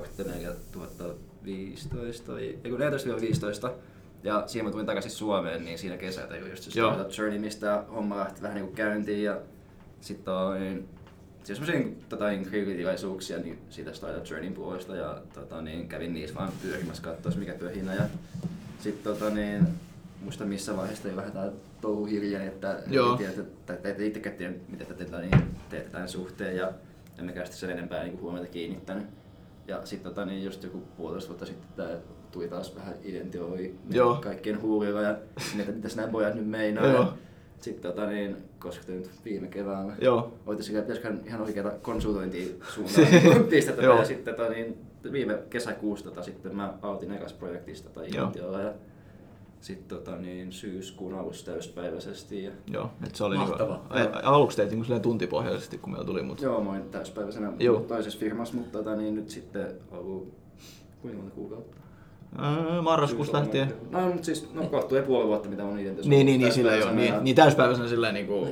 2014-2015. Ja siinä mä tulin takaisin Suomeen, niin siinä kesältä just se Startup Journey, mistä homma lähti vähän niin käyntiin. Ja sitten siis semmoisia grillitilaisuuksia niin siitä Startup Journeyn puolesta ja kävin niissä vaan pyörimässä katsoa, mikä pyöhinä. Ja sitten muista missä vaiheessa ei lähdetään touhuhirjeen, että ette itsekään tiedä, mitä te teette tämän suhteen ja emmekä sitten sen enempää niin huomiota kiinnittänyt. Ja sitten just joku puolitoista vuotta sitten tuli taas vähän identioi kaikkien huulilla ja mietin, mitä nämä pojat nyt meinaa. Sitten koska te nyt viime keväänä olitte sillä, että pitäisikö ihan oikeata konsultointia suuntaan pistetä. Ja sitten viime kesäkuusta sitten mä aloitin ekas projektista identioilla ja sitten syyskuun alussa täyspäiväisesti. Ja joo, että se oli aluksi teit tuntipohjaisesti, kun meillä tuli. Mutta... Joo, mä olin täyspäiväisenä toisessa firmassa, mutta nyt sitten ollut kuinka monta kuukautta? Marraskuusta lähtien. No, mutta siis kohtuu ja puoli vuotta, mitä on identisoitu. Niin, sillä joo. Niin täyspäiväisenä silleen niinku...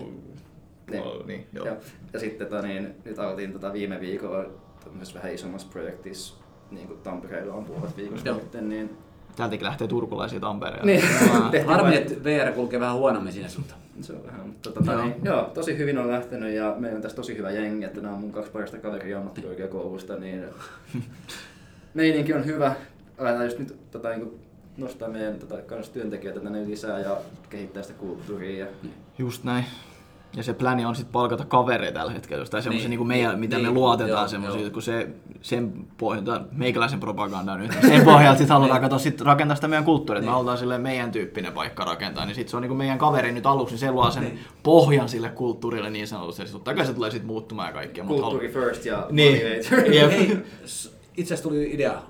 Joo. Ja sitten nyt aloitin viime viikolla vähän isommassa projektissa, niin kuin Tampereella on puolet viikosta nyt, niin... Täältäkin lähtee turkulaisia Tampereen. Niin. Harmi, että VR kulkee vähän huonommin sinne suuntaan. Se on vähän, mutta tosi hyvin on lähtenyt ja meillä on tässä tosi hyvä jengi, että nämä on mun 2 parasta kaveria ammattikorkeakoulusta, niin meininki on hyvä. Aletaan just nyt nostaa meidän kanssa työntekijöitä tänne lisää ja kehittää sitä kulttuuria. Just näin. Ja se pläni on sitten palkata kavereita tällä hetkellä, tai semmoisia niin meidän, mitä me luotetaan semmoisia, kun sen pohjalta, meikäläisen propaganda nyt, sen pohjalta sitten halutaan rakentaa sitä meidän kulttuuria, että me halutaan sille meidän tyyppinen paikka rakentaa, niin sitten se on niin meidän kaveri nyt aluksi, niin se luo sen pohjan sille kulttuurille niin sanotusti, ja totta kai se tulee sitten muuttumaan ja kaikkea. Kulttuuri first ja motivator. Itse asiassa tuli idea,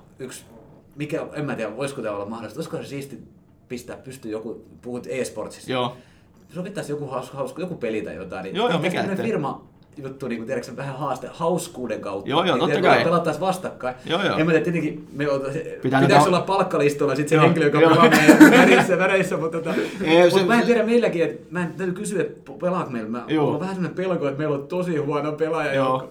en mä tiedä, voisiko tämä olla mahdollista, olisiko se siisti pistää pystyyn joku, puhut e-sportsista. Joo. Sovittaisi joku peli tai jotain, niin mikä ettei. Firma juttu, niin tiedätkö, vähän hauskuuden kautta. Joo, totta kai. Pelattaisiin vastakkain. Joo. En mä tiedä, tietenkin pitäisi olla palkkalistolla sit se henkilö, joka pelaa meidän väreissä, mutta mä en tiedä meilläkin, että mä en täytyy kysyä, että pelaako meillä. Mä on vähän sellainen pelko, että meillä on tosi huono pelaaja.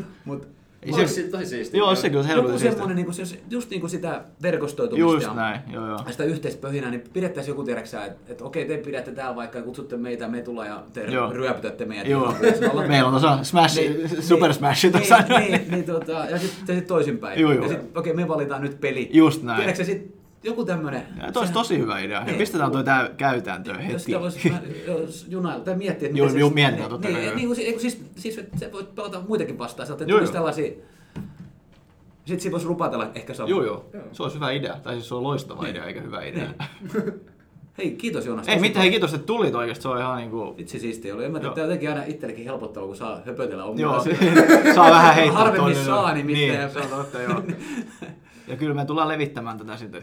Tosi siistiä. Joo, sekin on helvetin siistiä. Joku semmoinen, just niin kuin sitä verkostoitumista just näin, ja sitä yhteispöhinää, niin pidettäisiin joku tiedäksä, että okei, te pidätte täällä vaikka ja kutsutte meitä, me tullaan ja te ryöpytätte meidät. Joo, meillä on tuossa Super Smash tuossa. Ja sitten toisinpäin. Ja sitten okei, me valitaan nyt peli. Just näin. Tiedätkö sitten joku tämmönen... Tuo tosi hyvä idea. Niin. Pistetään tuo käytäntöön heti. Jos sitä voisi junailla tai miettiä, että miten se... mietitään totta kai. Siis se voit pelata muitakin vastaan. Että tulisi tällaisia... Sitten siinä voisi rupatella ehkä sama. Joo. Se olisi hyvä idea. Tai siis se on loistava idea, eikä hyvä idea. Hei, kiitos Joonas. Ei mitään, kiitos, että tulit oikeasti. Se on ihan niinku... Itse siistiä oli. En mä tiedä, jotenkin aina itsellekin helpottava, kun saa höpötellä omia Joo, saa vähän heittää. Harvemmin saa, niin mitään. Niin, se on totta, joo. Ja kyllä me tullaan levittämään tätä sitten.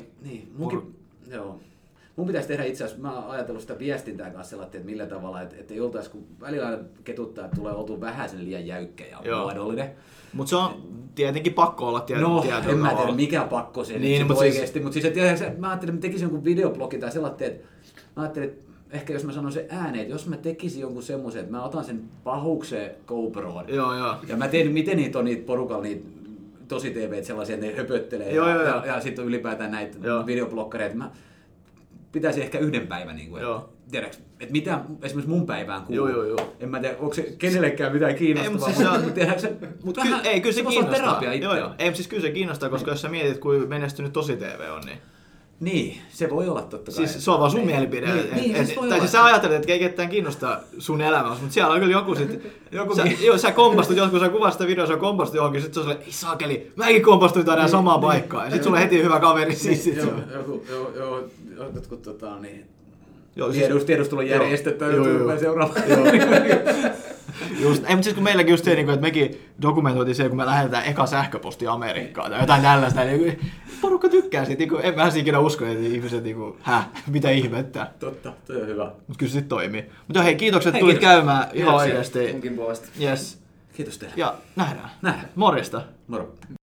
Mun pitäisi tehdä itse asiassa, mä oon ajatellut sitä viestintää kanssa sellainen, että millä tavalla, että ei oltaisi, kun välillä aina ketuttaa, että tulee oltu vähän sen liian jäykkä ja muodollinen. Mutta se on tietenkin pakko olla tietyllä tavalla. En mä tiedä mikä pakko se niin, nyt oikeasti, mutta siis mä ajattelin, että mä tekisin jonkun videoblogi tai sellainen, että mä ajattelin, että ehkä jos mä sanon sen ääneen, että jos mä tekisin jonkun semmoisen, että mä otan sen pahukseen GoProon ja mä teen, miten niitä on niitä porukalla niitä tosi TV:t sellaisia, että ne höpöttelee ja sitten on ylipäätään näitä videoblokkareita. Mä pitäisi ehkä yhden päivän, niin kuin, tiedätkö, että mitä esimerkiksi mun päivään kuuluu. Joo. En mä tiedä, onko se kenellekään mitään kiinnostavaa, mutta kyllä se kiinnostaa. terapia itse. Joo. Ei, siis kyllä se kiinnostaa, koska jos sä mietit, kuin menestynyt tosi TV on, niin... Niin, se voi olla totta kai. Siis se on vaan sun mielipide. Tai siis sä ajattelet, että ei ketään kiinnostaa sun elämässä, mutta siellä on kyllä joku sit... Sä kompastut joskus, sä kuvasit sitä videoa, sä kompastut johonkin, sit se on silleen, ei saakeli, mäkin kompastuin tänään samaan paikkaan. Ja sit sulla on heti hyvä kaveri siis. Joo, jotkut tiedustelujärjestöt seuraavaan. Just, ei, mutta siis kun meilläkin just se, että mekin dokumentoitiin se, kun me lähetetään eka sähköposti Amerikkaan tai jotain tällaista, niin porukka tykkää siitä, en mä ikinä usko, että ihmiset mitä ihmettä. Totta, toi on hyvä. Mutta kyllä se sitten toimii. Mutta hei, kiitokset, että tulit käymään ihan oikeasti. Munkin puolesta. Yes. Kiitos teille. Ja nähdään. Morjesta. Moro.